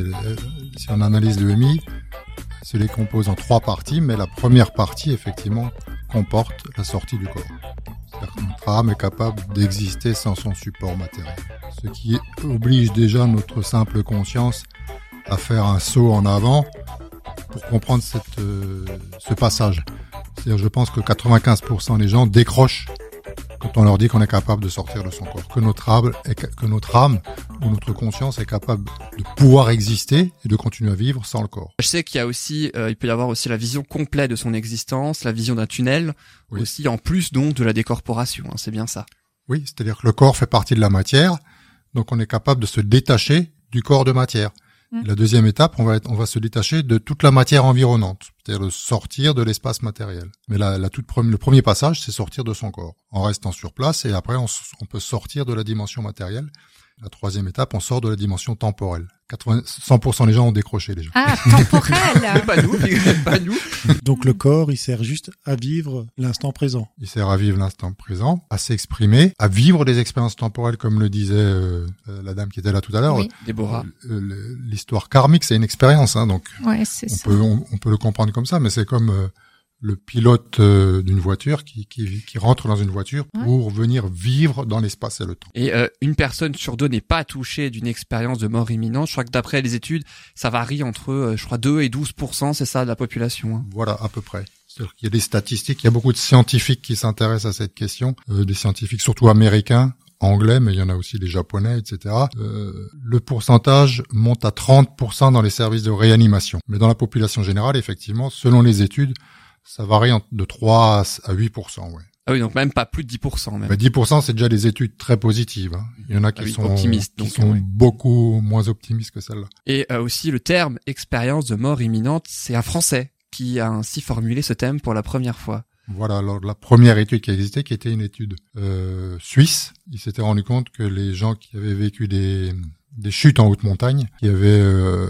si on analyse l'EMI, se les compose en 3 parties, mais la première partie, effectivement, comporte la sortie du corps. C'est-à-dire que notre âme est capable d'exister sans son support matériel. Ce qui oblige déjà notre simple conscience à faire un saut en avant pour comprendre ce passage. C'est-à-dire, je pense que 95% des gens décrochent quand on leur dit qu'on est capable de sortir de son corps, que notre âme ou notre conscience est capable de pouvoir exister et de continuer à vivre sans le corps. Je sais qu'il y a aussi, il peut y avoir aussi la vision complète de son existence, la vision d'un tunnel, Oui. aussi en plus donc de la décorporation, hein, c'est bien ça. Oui, c'est-à-dire que le corps fait partie de la matière, donc on est capable de se détacher du corps de matière. La deuxième étape, on va se détacher de toute la matière environnante, c'est-à-dire de sortir de l'espace matériel. Mais le premier passage, c'est sortir de son corps, en restant sur place, et après on peut sortir de la dimension matérielle. La troisième étape, on sort de la dimension temporelle. 100% des gens ont décroché déjà. Ah, temporel. Pas nous. Donc le corps, il sert juste à vivre l'instant présent. Il sert à vivre l'instant présent, à s'exprimer, à vivre des expériences temporelles, comme le disait la dame qui était là tout à l'heure. Oui. Déborah. L'histoire karmique, c'est une expérience, hein, donc Ouais, c'est ça. on peut le comprendre comme ça, mais c'est comme le pilote d'une voiture qui rentre dans une voiture pour venir vivre dans l'espace et le temps. Et une personne sur deux n'est pas touchée d'une expérience de mort imminente. Je crois que d'après les études, ça varie entre 2 et 12%, c'est ça, de la population. Hein. Voilà, à peu près. C'est-à-dire qu'il y a des statistiques, il y a beaucoup de scientifiques qui s'intéressent à cette question, des scientifiques surtout américains, anglais, mais il y en a aussi des japonais, etc. Le pourcentage monte à 30% dans les services de réanimation. Mais dans la population générale, effectivement, selon les études, ça varie de 3 à 8%, ouais. Ah oui, donc même pas plus de 10% même. Mais 10%, c'est déjà des études très positives, hein. Il y en a qui sont optimistes, qui donc, sont ouais. beaucoup moins optimistes que celle-là. Et aussi le terme expérience de mort imminente, c'est un Français qui a ainsi formulé ce thème pour la première fois. Voilà, alors la première étude qui a existé, qui était une étude suisse, il s'était rendu compte que les gens qui avaient vécu des chutes en haute montagne, qui avaient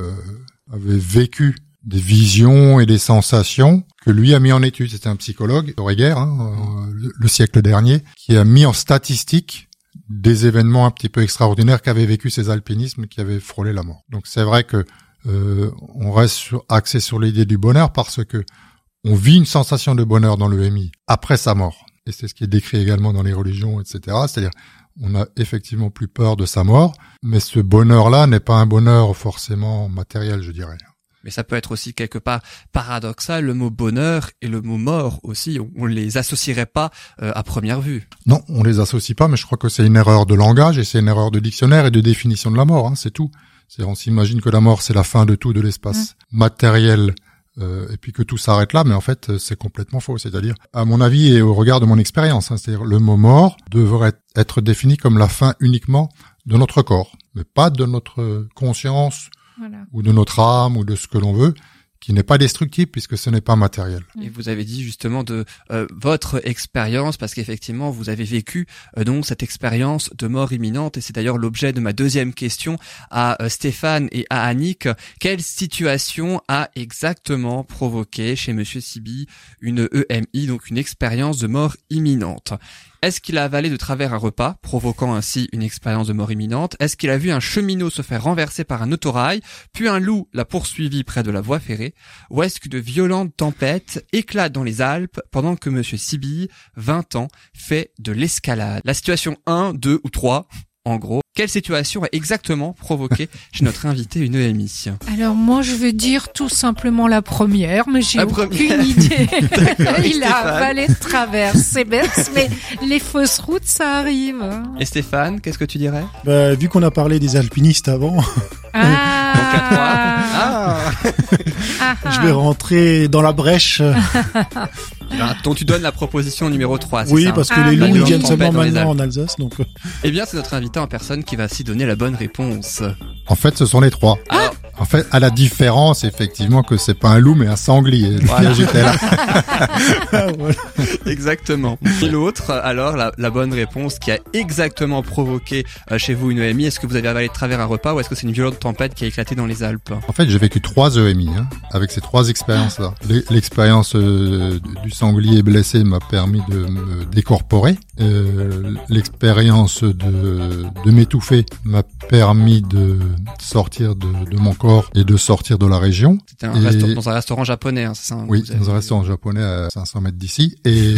vécu des visions et des sensations que lui a mis en étude. C'était un psychologue, Reger, le siècle dernier, qui a mis en statistique des événements un petit peu extraordinaires qu'avaient vécu ces alpinistes qui avaient frôlé la mort. Donc c'est vrai que on reste axé sur l'idée du bonheur parce que on vit une sensation de bonheur dans l'EMI après sa mort. Et c'est ce qui est décrit également dans les religions, etc. C'est-à-dire, on a effectivement plus peur de sa mort, mais ce bonheur-là n'est pas un bonheur forcément matériel, je dirais. Mais ça peut être aussi quelque part paradoxal, le mot bonheur et le mot mort aussi, on les associerait pas à première vue. Non, on les associe pas, mais je crois que c'est une erreur de langage et c'est une erreur de dictionnaire et de définition de la mort, hein, c'est tout. On s'imagine que la mort c'est la fin de tout, de l'espace matériel, et puis que tout s'arrête là, mais en fait c'est complètement faux. C'est-à-dire, à mon avis et au regard de mon expérience, hein, c'est-à-dire le mot mort devrait être défini comme la fin uniquement de notre corps, mais pas de notre conscience. Voilà. Ou de notre âme, ou de ce que l'on veut, qui n'est pas destructible puisque ce n'est pas matériel. Et vous avez dit justement de votre expérience, parce qu'effectivement vous avez vécu donc cette expérience de mort imminente, et c'est d'ailleurs l'objet de ma deuxième question à Stéphane et à Annick. Quelle situation a exactement provoqué chez Monsieur Siby une EMI, donc une expérience de mort imminente ? Est-ce qu'il a avalé de travers un repas, provoquant ainsi une expérience de mort imminente ? Est-ce qu'il a vu un cheminot se faire renverser par un autorail, puis un loup l'a poursuivi près de la voie ferrée ? Ou est-ce qu'une violente tempête éclate dans les Alpes pendant que Monsieur Siby, 20 ans, fait de l'escalade ? La situation 1, 2 ou 3, en gros. Quelle situation a exactement provoqué chez notre invité une EMI ? Alors moi je veux dire tout simplement la première, mais j'ai aucune idée. Il a avalé de travers, c'est bête, mais les fausses routes ça arrive. Et Stéphane, qu'est-ce que tu dirais ? Vu qu'on a parlé des alpinistes avant, donc à 3. Je vais rentrer dans la brèche. Donc tu donnes la proposition numéro 3, c'est oui, ça ? parce que les loups ils viennent seulement maintenant en Alsace, donc. Eh bien, c'est notre invité en personne qui va s'y donner la bonne réponse. En fait, ce sont les trois. Alors, en fait, à la différence, effectivement, que c'est pas un loup, mais un sanglier. Voilà. J'étais là. Voilà. Exactement. Et l'autre, alors, la bonne réponse qui a exactement provoqué chez vous une EMI, est-ce que vous avez avalé de travers un repas ou est-ce que c'est une violente tempête qui a éclaté dans les Alpes ? En fait, j'ai vécu 3 EMI, avec ces 3 expériences-là. L'expérience du sanglier blessé m'a permis de me décorporer. L'expérience de m'étouffer m'a permis de sortir de mon corps et de sortir de la région. C'était dans un restaurant japonais, hein, c'est ça ? Oui, dans un restaurant japonais à 500 mètres d'ici. Et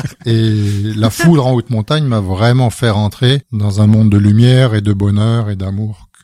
la foudre en haute montagne m'a vraiment fait rentrer dans un monde de lumière et de bonheur et d'amour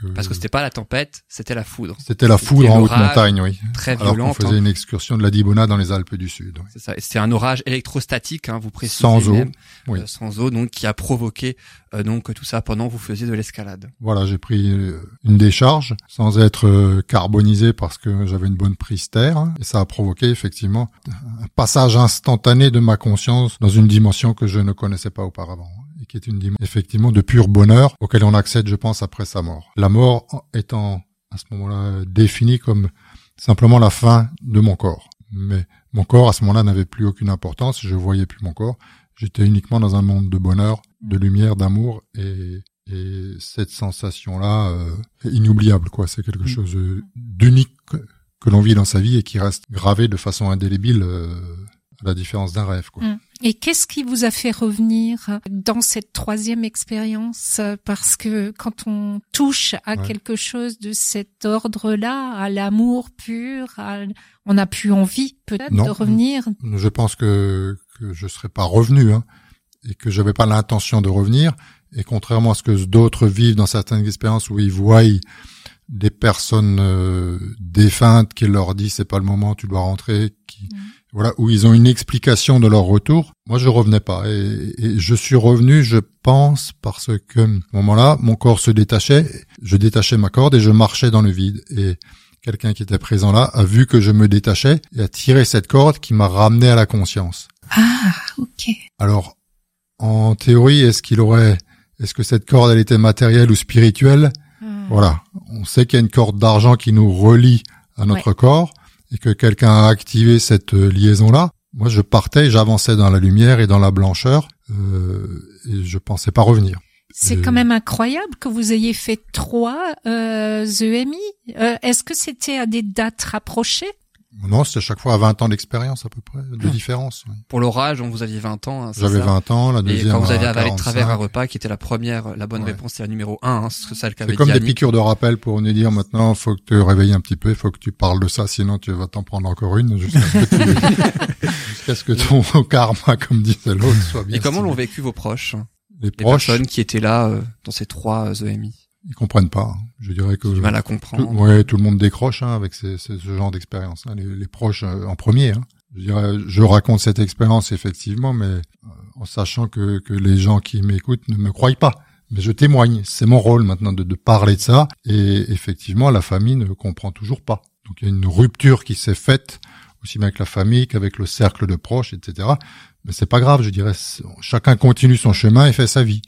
Parce que c'était pas la tempête, c'était la foudre. C'était la foudre en haute montagne, oui. Très Alors violente. qu'on faisait une excursion de la Dibona dans les Alpes du Sud. Oui. C'est ça. Et c'était un orage électrostatique, hein, vous précisez. Sans eau. Même, Oui. sans eau, donc qui a provoqué donc tout ça pendant que vous faisiez de l'escalade. Voilà, j'ai pris une décharge sans être carbonisé parce que j'avais une bonne prise terre, hein, et ça a provoqué effectivement un passage instantané de ma conscience dans une dimension que je ne connaissais pas auparavant, et qui est une dimension effectivement de pur bonheur auquel on accède, je pense, après sa mort. La mort étant à ce moment-là définie comme simplement la fin de mon corps. Mais mon corps à ce moment-là n'avait plus aucune importance, je voyais plus mon corps, j'étais uniquement dans un monde de bonheur, de lumière, d'amour, et cette sensation-là est inoubliable, quoi. C'est quelque chose d'unique que l'on vit dans sa vie et qui reste gravé de façon indélébile, à la différence d'un rêve, quoi. Et qu'est-ce qui vous a fait revenir dans cette troisième expérience? Parce que quand on touche à quelque chose de cet ordre-là, à l'amour pur, on n'a plus envie peut-être de revenir. Je pense que je serais pas revenu, hein, et que j'avais pas l'intention de revenir. Et contrairement à ce que d'autres vivent dans certaines expériences où ils voient des personnes défuntes qui leur disent c'est pas le moment, tu dois rentrer, voilà, où ils ont une explication de leur retour. Moi, je revenais pas, et je suis revenu, je pense, parce que à ce moment-là, mon corps se détachait, je détachais ma corde et je marchais dans le vide. Et quelqu'un qui était présent là a vu que je me détachais et a tiré cette corde qui m'a ramené à la conscience. Ah, ok. Alors, en théorie, est-ce que cette corde, elle était matérielle ou spirituelle? Voilà. On sait qu'il y a une corde d'argent qui nous relie à notre corps, et que quelqu'un a activé cette liaison-là. Moi, je partais, j'avançais dans la lumière et dans la blancheur, et je pensais pas revenir. C'est quand même incroyable que vous ayez fait 3 EMI. Est-ce que c'était à des dates rapprochées? Non, c'était chaque fois à 20 ans d'expérience à peu près, de différence. Oui. Pour l'orage, vous aviez 20 ans. Hein, j'avais 20 ans, la deuxième. Et quand vous avez avalé 45. de travers un repas, qui était la première, la bonne réponse, c'est la numéro 1, hein, c'est celle qu'avait dit C'est comme Annie. des piqûres de rappel pour nous dire maintenant, faut que tu te réveilles un petit peu, faut que tu parles de ça, sinon tu vas t'en prendre encore une jusqu'à ce que ton karma, comme disait l'autre, soit bien. Et comment stylé. l'ont vécu vos proches? Les proches, personnes qui étaient là dans ces 3 EMI. Ils comprennent pas. Je dirais que du mal à comprendre. Tout le monde décroche avec ce genre d'expérience. Hein. Les proches en premier. Hein. Je dirais, je raconte cette expérience effectivement, mais en sachant que les gens qui m'écoutent ne me croient pas. Mais je témoigne. C'est mon rôle maintenant de parler de ça. Et effectivement, la famille ne comprend toujours pas. Donc il y a une rupture qui s'est faite aussi bien avec la famille qu'avec le cercle de proches, etc. Mais c'est pas grave. Je dirais, chacun continue son chemin et fait sa vie.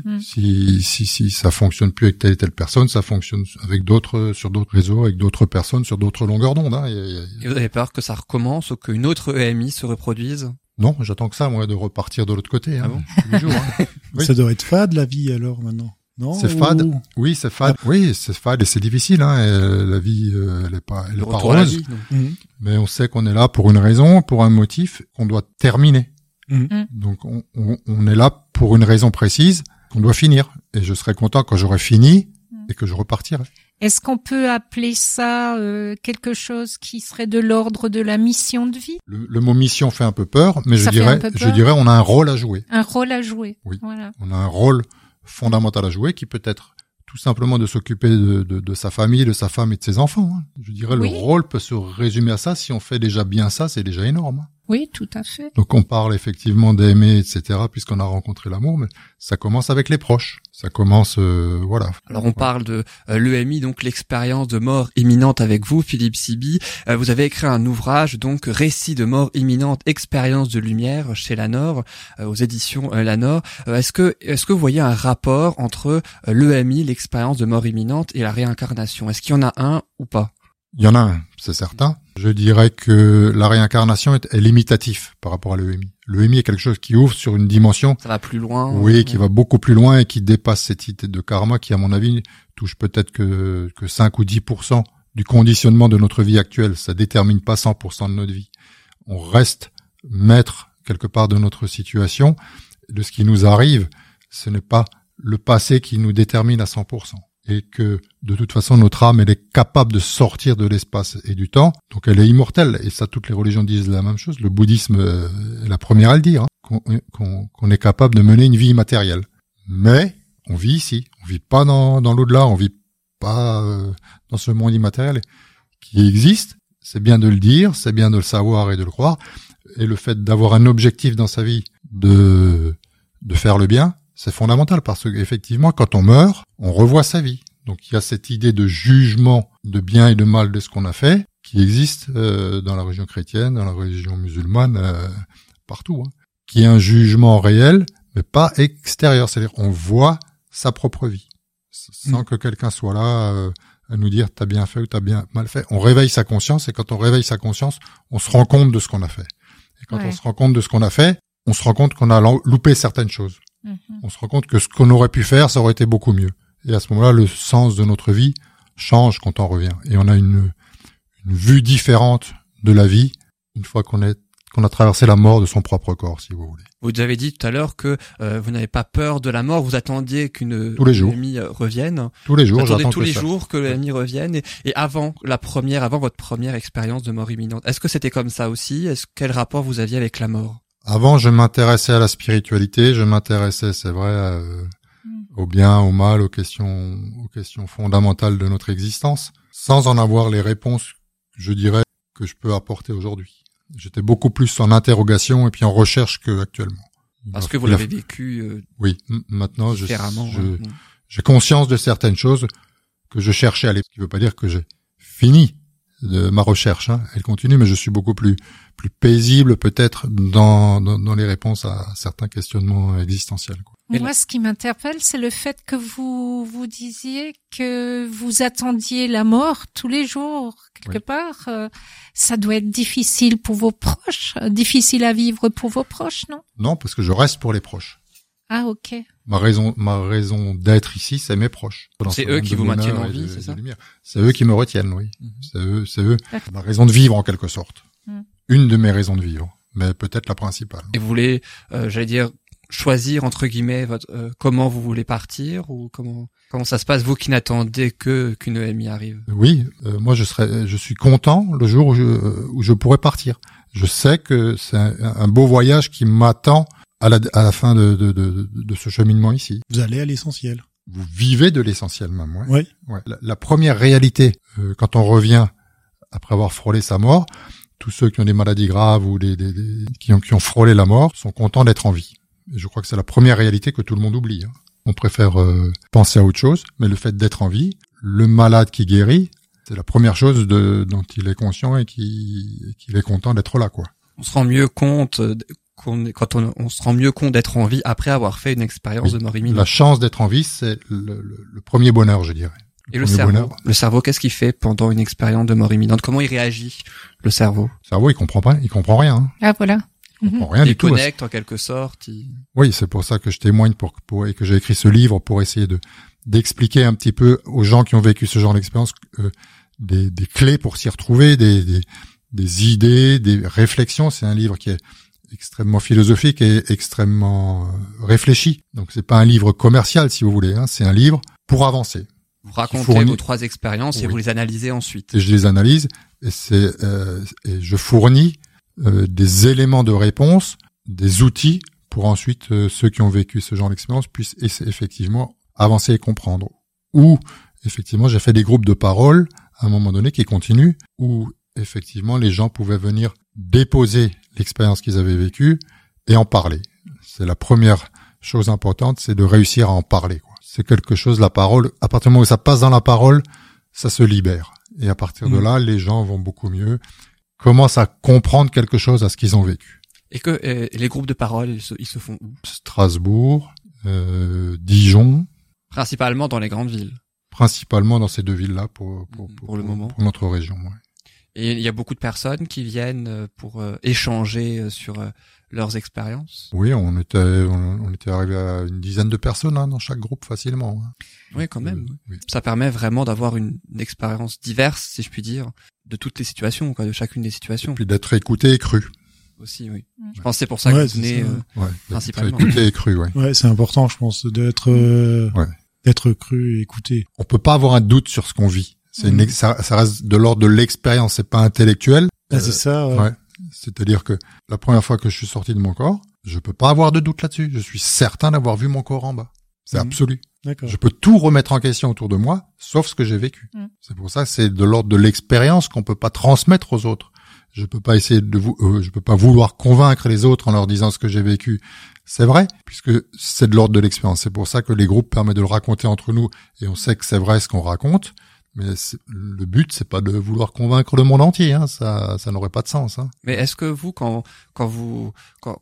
Si ça fonctionne plus avec telle et telle personne, ça fonctionne avec d'autres, sur d'autres réseaux, avec d'autres personnes, sur d'autres longueurs d'onde. Hein. Et vous avez peur que ça recommence ou qu'une autre EMI se reproduise? Non, j'attends que ça, moi, de repartir de l'autre côté. Hein, bon tous les jours, hein. Oui. Ça doit être fade, la vie, alors, maintenant. Non? C'est fade. Oui, c'est fade. Oui, c'est fade et c'est difficile, hein. Et la vie, elle est pas rose. Mais on sait qu'on est là pour une raison, pour un motif qu'on doit terminer. Donc on est là pour une raison précise qu'on doit finir, et je serai content quand j'aurai fini et que je repartirai. Est-ce qu'on peut appeler ça quelque chose qui serait de l'ordre de la mission de vie? Le mot mission fait un peu peur, mais je dirais on a un rôle à jouer. Un rôle à jouer. Oui. Voilà. On a un rôle fondamental à jouer qui peut être tout simplement de s'occuper de sa famille, de sa femme et de ses enfants. Hein. Je dirais le rôle peut se résumer à ça. Si on fait déjà bien ça, c'est déjà énorme. Hein. Oui, tout à fait. Donc on parle effectivement d'aimer, etc., puisqu'on a rencontré l'amour, mais ça commence avec les proches. Ça commence, voilà. Alors on parle de l'EMI, donc l'expérience de mort imminente avec vous, Philippe Siby. Vous avez écrit un ouvrage, donc Récit de mort imminente, expérience de lumière, chez Lanor, aux éditions Lanor. Est-ce que vous voyez un rapport entre l'EMI, l'expérience de mort imminente, et la réincarnation? Est-ce qu'il y en a un ou pas? Il y en a un, c'est certain. Je dirais que la réincarnation est limitatif par rapport à l'EMI. L'EMI est quelque chose qui ouvre sur une dimension. Ça va plus loin. Oui, qui va beaucoup plus loin et qui dépasse cette idée de karma qui, à mon avis, touche peut-être que 5 ou 10% du conditionnement de notre vie actuelle. Ça détermine pas 100% de notre vie. On reste maître quelque part de notre situation. De ce qui nous arrive, ce n'est pas le passé qui nous détermine à 100%. Et que, de toute façon, notre âme, elle est capable de sortir de l'espace et du temps. Donc, elle est immortelle. Et ça, toutes les religions disent la même chose. Le bouddhisme est la première à le dire, hein, qu'on est capable de mener une vie immatérielle. Mais, on vit ici. On vit pas dans l'au-delà. On vit pas dans ce monde immatériel qui existe. C'est bien de le dire, c'est bien de le savoir et de le croire. Et le fait d'avoir un objectif dans sa vie de faire le bien, c'est fondamental parce qu'effectivement, quand on meurt, on revoit sa vie. Donc il y a cette idée de jugement de bien et de mal de ce qu'on a fait qui existe dans la religion chrétienne, dans la religion musulmane, partout, hein, qui est un jugement réel, mais pas extérieur. C'est-à-dire on voit sa propre vie sans que quelqu'un soit là à nous dire t'as bien fait ou t'as bien mal fait. On réveille sa conscience et quand on réveille sa conscience, on se rend compte de ce qu'on a fait. Et quand on se rend compte de ce qu'on a fait, on se rend compte qu'on a loupé certaines choses. On se rend compte que ce qu'on aurait pu faire, ça aurait été beaucoup mieux. Et à ce moment-là, le sens de notre vie change quand on revient. Et on a une vue différente de la vie une fois qu'on a traversé la mort de son propre corps, si vous voulez. Vous avez dit tout à l'heure que vous n'avez pas peur de la mort, vous attendiez qu'une amie revienne. Tous les jours, vous attendez j'attends tous les jours que l'amie revienne. Et avant votre première expérience de mort imminente, est-ce que c'était comme ça aussi? Quel rapport vous aviez avec la mort? Avant, je m'intéressais à la spiritualité, je m'intéressais, c'est vrai, au bien, au mal, aux questions fondamentales de notre existence, sans en avoir les réponses, je dirais, que je peux apporter aujourd'hui. J'étais beaucoup plus en interrogation et puis en recherche qu'actuellement. Parce que vous l'avez vécu oui, maintenant différemment. J'ai conscience de certaines choses que je cherchais à aller. Ce qui veut pas dire que j'ai fini de ma recherche, hein. Elle continue, mais je suis beaucoup plus paisible peut-être dans les réponses à certains questionnements existentiels, quoi. Moi, ce qui m'interpelle, c'est le fait que vous disiez que vous attendiez la mort tous les jours, quelque part. Ça doit être difficile pour vos proches, difficile à vivre pour vos proches, non? Non, parce que je reste pour les proches. Ah, ok. Ma raison d'être ici, c'est mes proches. C'est eux qui vous maintiennent en vie, c'est ça? C'est eux qui me retiennent, oui. C'est eux. Ma raison de vivre, en quelque sorte. Une de mes raisons de vivre, mais peut-être la principale. Et vous voulez, choisir entre guillemets comment vous voulez partir ou comment ça se passe, vous qui n'attendez qu'une EMI arrive? Oui, moi je suis content le jour où je pourrai partir. Je sais que c'est un beau voyage qui m'attend à la fin de ce cheminement ici. Vous allez à l'essentiel. Vous vivez de l'essentiel même, ouais. Oui. Ouais. La première réalité quand on revient après avoir frôlé sa mort, tous ceux qui ont des maladies graves ou qui ont frôlé la mort sont contents d'être en vie. Et je crois que c'est la première réalité que tout le monde oublie, hein. On préfère penser à autre chose, mais le fait d'être en vie, le malade qui guérit, c'est la première chose dont il est conscient et qu'il est content d'être là, quoi. On se rend mieux compte on se rend mieux compte d'être en vie après avoir fait une expérience de mort imminente. La chance d'être en vie, c'est le premier bonheur, je dirais. Et le cerveau, qu'est-ce qu'il fait pendant une expérience de mort imminente? Comment il réagit, le cerveau? Le cerveau, il comprend rien, hein. Ah, voilà. Rien il connecte en quelque sorte. Oui, c'est pour ça que je témoigne et que j'ai écrit ce livre pour essayer d'expliquer un petit peu aux gens qui ont vécu ce genre d'expérience des clés pour s'y retrouver, des idées, des réflexions. C'est un livre qui est extrêmement philosophique et extrêmement réfléchi. Donc c'est pas un livre commercial si vous voulez, hein. C'est un livre pour avancer. Vous racontez vos 3 expériences et vous les analysez ensuite. Et je les analyse et et je fournis des éléments de réponse, des outils pour ensuite ceux qui ont vécu ce genre d'expérience puissent effectivement avancer et comprendre. Ou effectivement, j'ai fait des groupes de parole à un moment donné qui continuent, où effectivement les gens pouvaient venir déposer l'expérience qu'ils avaient vécue et en parler. C'est la première chose importante, c'est de réussir à en parler, quoi. C'est quelque chose, la parole, à partir du moment où ça passe dans la parole, ça se libère. Et à partir de là, les gens vont beaucoup mieux, commencent à comprendre quelque chose à ce qu'ils ont vécu. Et que les groupes de parole, ils se font où? Strasbourg, Dijon. Principalement dans les grandes villes. Principalement dans ces 2 villes-là pour le moment. Pour notre région, ouais. Et il y a beaucoup de personnes qui viennent pour échanger sur leurs expériences. Oui, on était arrivé à une dizaine de personnes, hein, dans chaque groupe facilement, hein. Oui, quand même. Oui. Ça permet vraiment d'avoir une expérience diverse, si je puis dire, de toutes les situations, quoi, de chacune des situations. Et puis d'être écouté et cru. Aussi, oui. Je pense que c'est pour ça que vous venez principalement. D'être écouté et cru, ouais. Ouais, c'est important, je pense, d'être cru et écouté. On peut pas avoir un doute sur ce qu'on vit. Ça reste de l'ordre de l'expérience, c'est pas intellectuel. Ah, c'est ça, ouais. Ouais. C'est-à-dire que la première fois que je suis sorti de mon corps, je peux pas avoir de doute là-dessus. Je suis certain d'avoir vu mon corps en bas. C'est absolu. D'accord. Je peux tout remettre en question autour de moi, sauf ce que j'ai vécu. C'est pour ça que c'est de l'ordre de l'expérience qu'on peut pas transmettre aux autres. Je peux pas essayer je peux pas vouloir convaincre les autres en leur disant ce que j'ai vécu. C'est vrai, puisque c'est de l'ordre de l'expérience. C'est pour ça que les groupes permettent de le raconter entre nous et on sait que c'est vrai ce qu'on raconte. Mais le but, c'est pas de vouloir convaincre le monde entier, hein. Ça n'aurait pas de sens, hein. Mais est-ce que vous, quand vous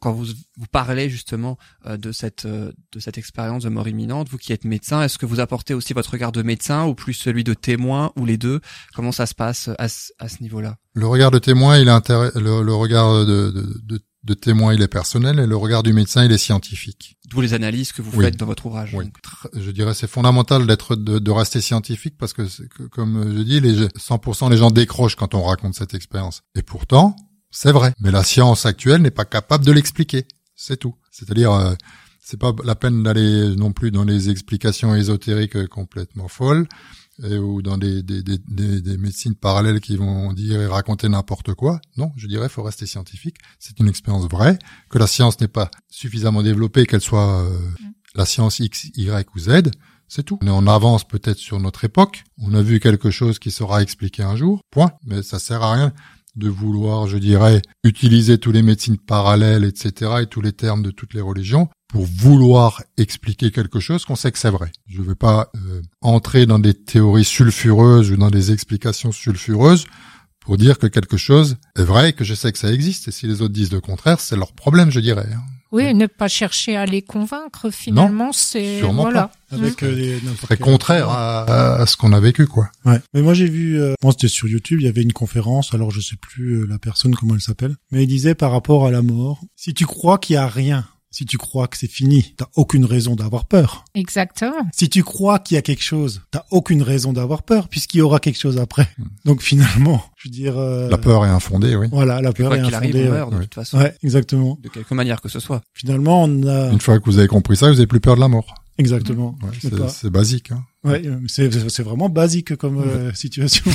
parlez justement de cette expérience de mort imminente, vous qui êtes médecin, est-ce que vous apportez aussi votre regard de médecin ou plus celui de témoin ou les deux? Comment ça se passe à ce niveau-là? Le regard de témoin, le regard de témoin, il est personnel, et le regard du médecin, il est scientifique. D'où les analyses que vous faites dans votre ouvrage. Oui. Je dirais c'est fondamental de rester scientifique parce que comme je dis, 100% les gens décrochent quand on raconte cette expérience. Et pourtant, c'est vrai. Mais la science actuelle n'est pas capable de l'expliquer. C'est tout. C'est-à-dire, c'est pas la peine d'aller non plus dans les explications ésotériques complètement folles ou dans des médecines parallèles qui vont dire et raconter n'importe quoi. Non, je dirais faut rester scientifique. C'est une expérience vraie, que la science n'est pas suffisamment développée, qu'elle soit la science X, Y ou Z, c'est tout. On avance peut-être sur notre époque, on a vu quelque chose qui sera expliqué un jour, point, mais ça sert à rien de vouloir, je dirais, utiliser tous les médecines parallèles, etc., et tous les termes de toutes les religions pour vouloir expliquer quelque chose qu'on sait que c'est vrai. Je ne vais pas entrer dans des théories sulfureuses ou dans des explications sulfureuses pour dire que quelque chose est vrai et que je sais que ça existe. Et si les autres disent le contraire, c'est leur problème, je dirais. Oui, ne pas chercher à les convaincre, finalement, non, c'est... Sûrement voilà. pas. Avec très contraire à ce qu'on a vécu, quoi. Ouais. Mais moi, j'ai vu, moi, c'était sur YouTube, il y avait une conférence, alors je sais plus la personne, comment elle s'appelle, mais il disait par rapport à la mort, si tu crois qu'il y a rien, si tu crois que c'est fini, t'as aucune raison d'avoir peur. Exactement. Si tu crois qu'il y a quelque chose, t'as aucune raison d'avoir peur, puisqu'il y aura quelque chose après. Donc finalement, je veux dire... La peur est infondée, oui. Voilà, la peur est infondée. Quoi qu'il arrive, on meurt de toute façon. Ouais, exactement. De quelque manière que ce soit. Finalement, on a... Une fois que vous avez compris ça, vous n'avez plus peur de la mort. Exactement. Ouais, c'est basique, hein. Ouais, c'est vraiment basique comme situation.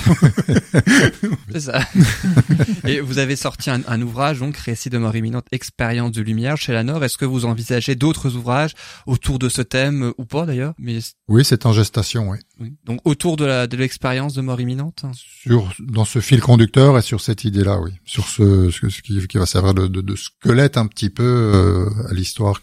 C'est ça. Et vous avez sorti un ouvrage, donc Récit de mort imminente, expérience de lumière chez Lanor. Est-ce que vous envisagez d'autres ouvrages autour de ce thème ou pas d'ailleurs? Mais oui, c'est en gestation, oui. Donc autour de l'expérience de mort imminente. Dans ce fil conducteur et sur cette idée-là, oui. Sur ce qui va servir de squelette un petit peu à l'histoire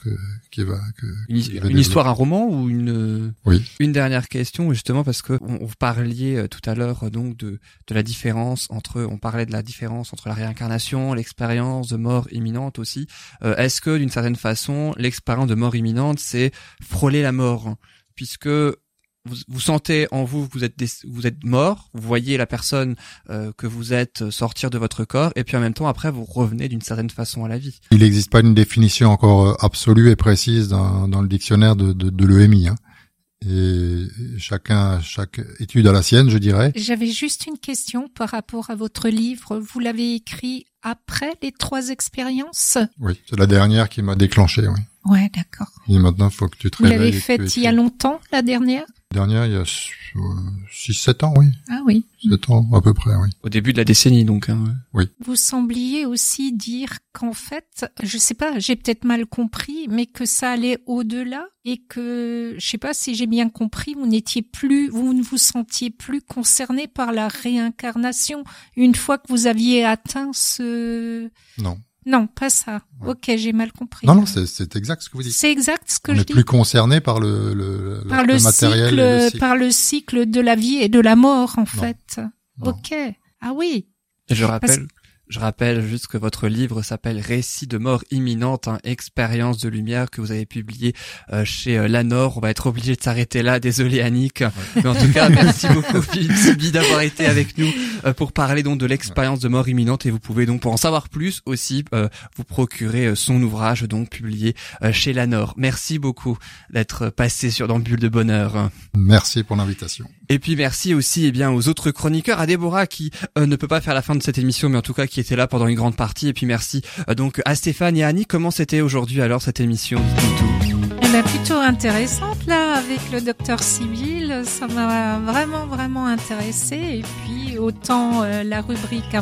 une histoire, un roman ou une dernière question, justement, parce que vous parliez tout à l'heure donc de la différence on parlait de la différence entre la réincarnation, l'expérience de mort imminente aussi. Est-ce que d'une certaine façon, l'expérience de mort imminente, c'est frôler la mort, puisque vous sentez en vous que vous êtes mort, vous voyez la personne que vous êtes sortir de votre corps, et puis en même temps après vous revenez d'une certaine façon à la vie. Il n'existe pas une définition encore absolue et précise dans le dictionnaire de l'EMI, hein. Et chaque étude a la sienne, je dirais. J'avais juste une question par rapport à votre livre. Vous l'avez écrit après les 3 expériences? Oui, c'est la dernière qui m'a déclenché, oui. Ouais, d'accord. Et maintenant, il faut que tu te réveilles. Vous l'avez faite il y a longtemps, la dernière? La dernière, il y a 6-7 ans, oui. Ah oui. 7 ans, à peu près, oui. Au début de la décennie, donc. Hein. Oui. Vous sembliez aussi dire qu'en fait, je sais pas, j'ai peut-être mal compris, mais que ça allait au-delà et que, je sais pas si j'ai bien compris, vous ne vous sentiez plus concerné par la réincarnation une fois que vous aviez atteint ce... Non, pas ça. Ouais. Ok, j'ai mal compris. Non, c'est exact ce que vous dites. C'est exact ce que je dis. On n'est plus concerné par le matériel. Par le cycle de la vie et de la mort, en fait. Non. Ok. Ah oui. Et je rappelle juste que votre livre s'appelle Récit de mort imminente, expérience de lumière, que vous avez publié chez Lanor. On va être obligé de s'arrêter là. Désolé Annick. Ouais. Mais en tout cas, merci beaucoup Philippe Siby d'avoir été avec nous pour parler donc de l'expérience de mort imminente. Et vous pouvez donc, pour en savoir plus aussi, vous procurer son ouvrage donc publié chez Lanor. Merci beaucoup d'être passé dans Bulle de Bonheur. Merci pour l'invitation. Et puis merci aussi aux autres chroniqueurs, à Déborah qui ne peut pas faire la fin de cette émission, mais en tout cas qui était là pendant une grande partie. Et puis merci donc à Stéphane et à Annie. Comment c'était aujourd'hui alors cette émission? Plutôt intéressante là avec le docteur Sibyl, ça m'a vraiment intéressé. Et puis autant la rubrique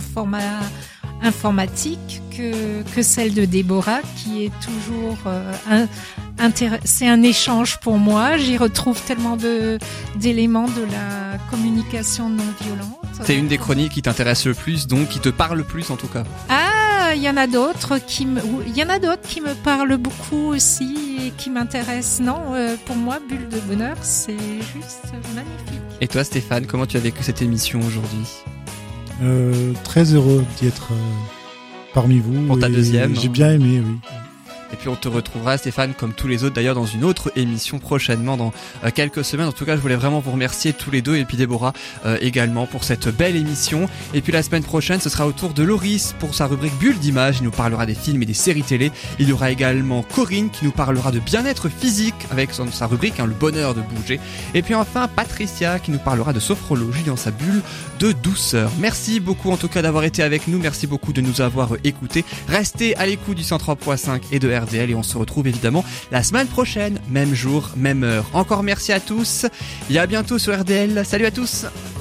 informatique que celle de Déborah qui est toujours c'est un échange pour moi. J'y retrouve tellement d'éléments de la communication non violente. C'est une des chroniques qui t'intéresse le plus, donc qui te parle le plus en tout cas. Ah, il y en a d'autres qui me parlent beaucoup aussi et qui m'intéressent. Non, pour moi, Bulle de bonheur, c'est juste magnifique. Et toi, Stéphane, comment tu as vécu cette émission aujourd'hui ? Très heureux d'y être parmi vous. Pour ta deuxième. J'ai bien aimé, oui. Et puis on te retrouvera, Stéphane, comme tous les autres d'ailleurs, dans une autre émission prochainement, dans quelques semaines. En tout cas, je voulais vraiment vous remercier tous les deux, et puis Déborah également, pour cette belle émission. Et puis la semaine prochaine, ce sera au tour de Loris pour sa rubrique Bulle d'Images. Il nous parlera des films et des séries télé. Il y aura également Corinne qui nous parlera de bien-être physique avec sa rubrique le bonheur de bouger. Et puis enfin Patricia qui nous parlera de sophrologie dans sa bulle de douceur. Merci beaucoup en tout cas d'avoir été avec nous. Merci beaucoup de nous avoir écoutés. Restez à l'écoute du 103.5 et de RDL, et on se retrouve évidemment la semaine prochaine, même jour, même heure. Encore merci à tous et à bientôt sur RDL. Salut à tous.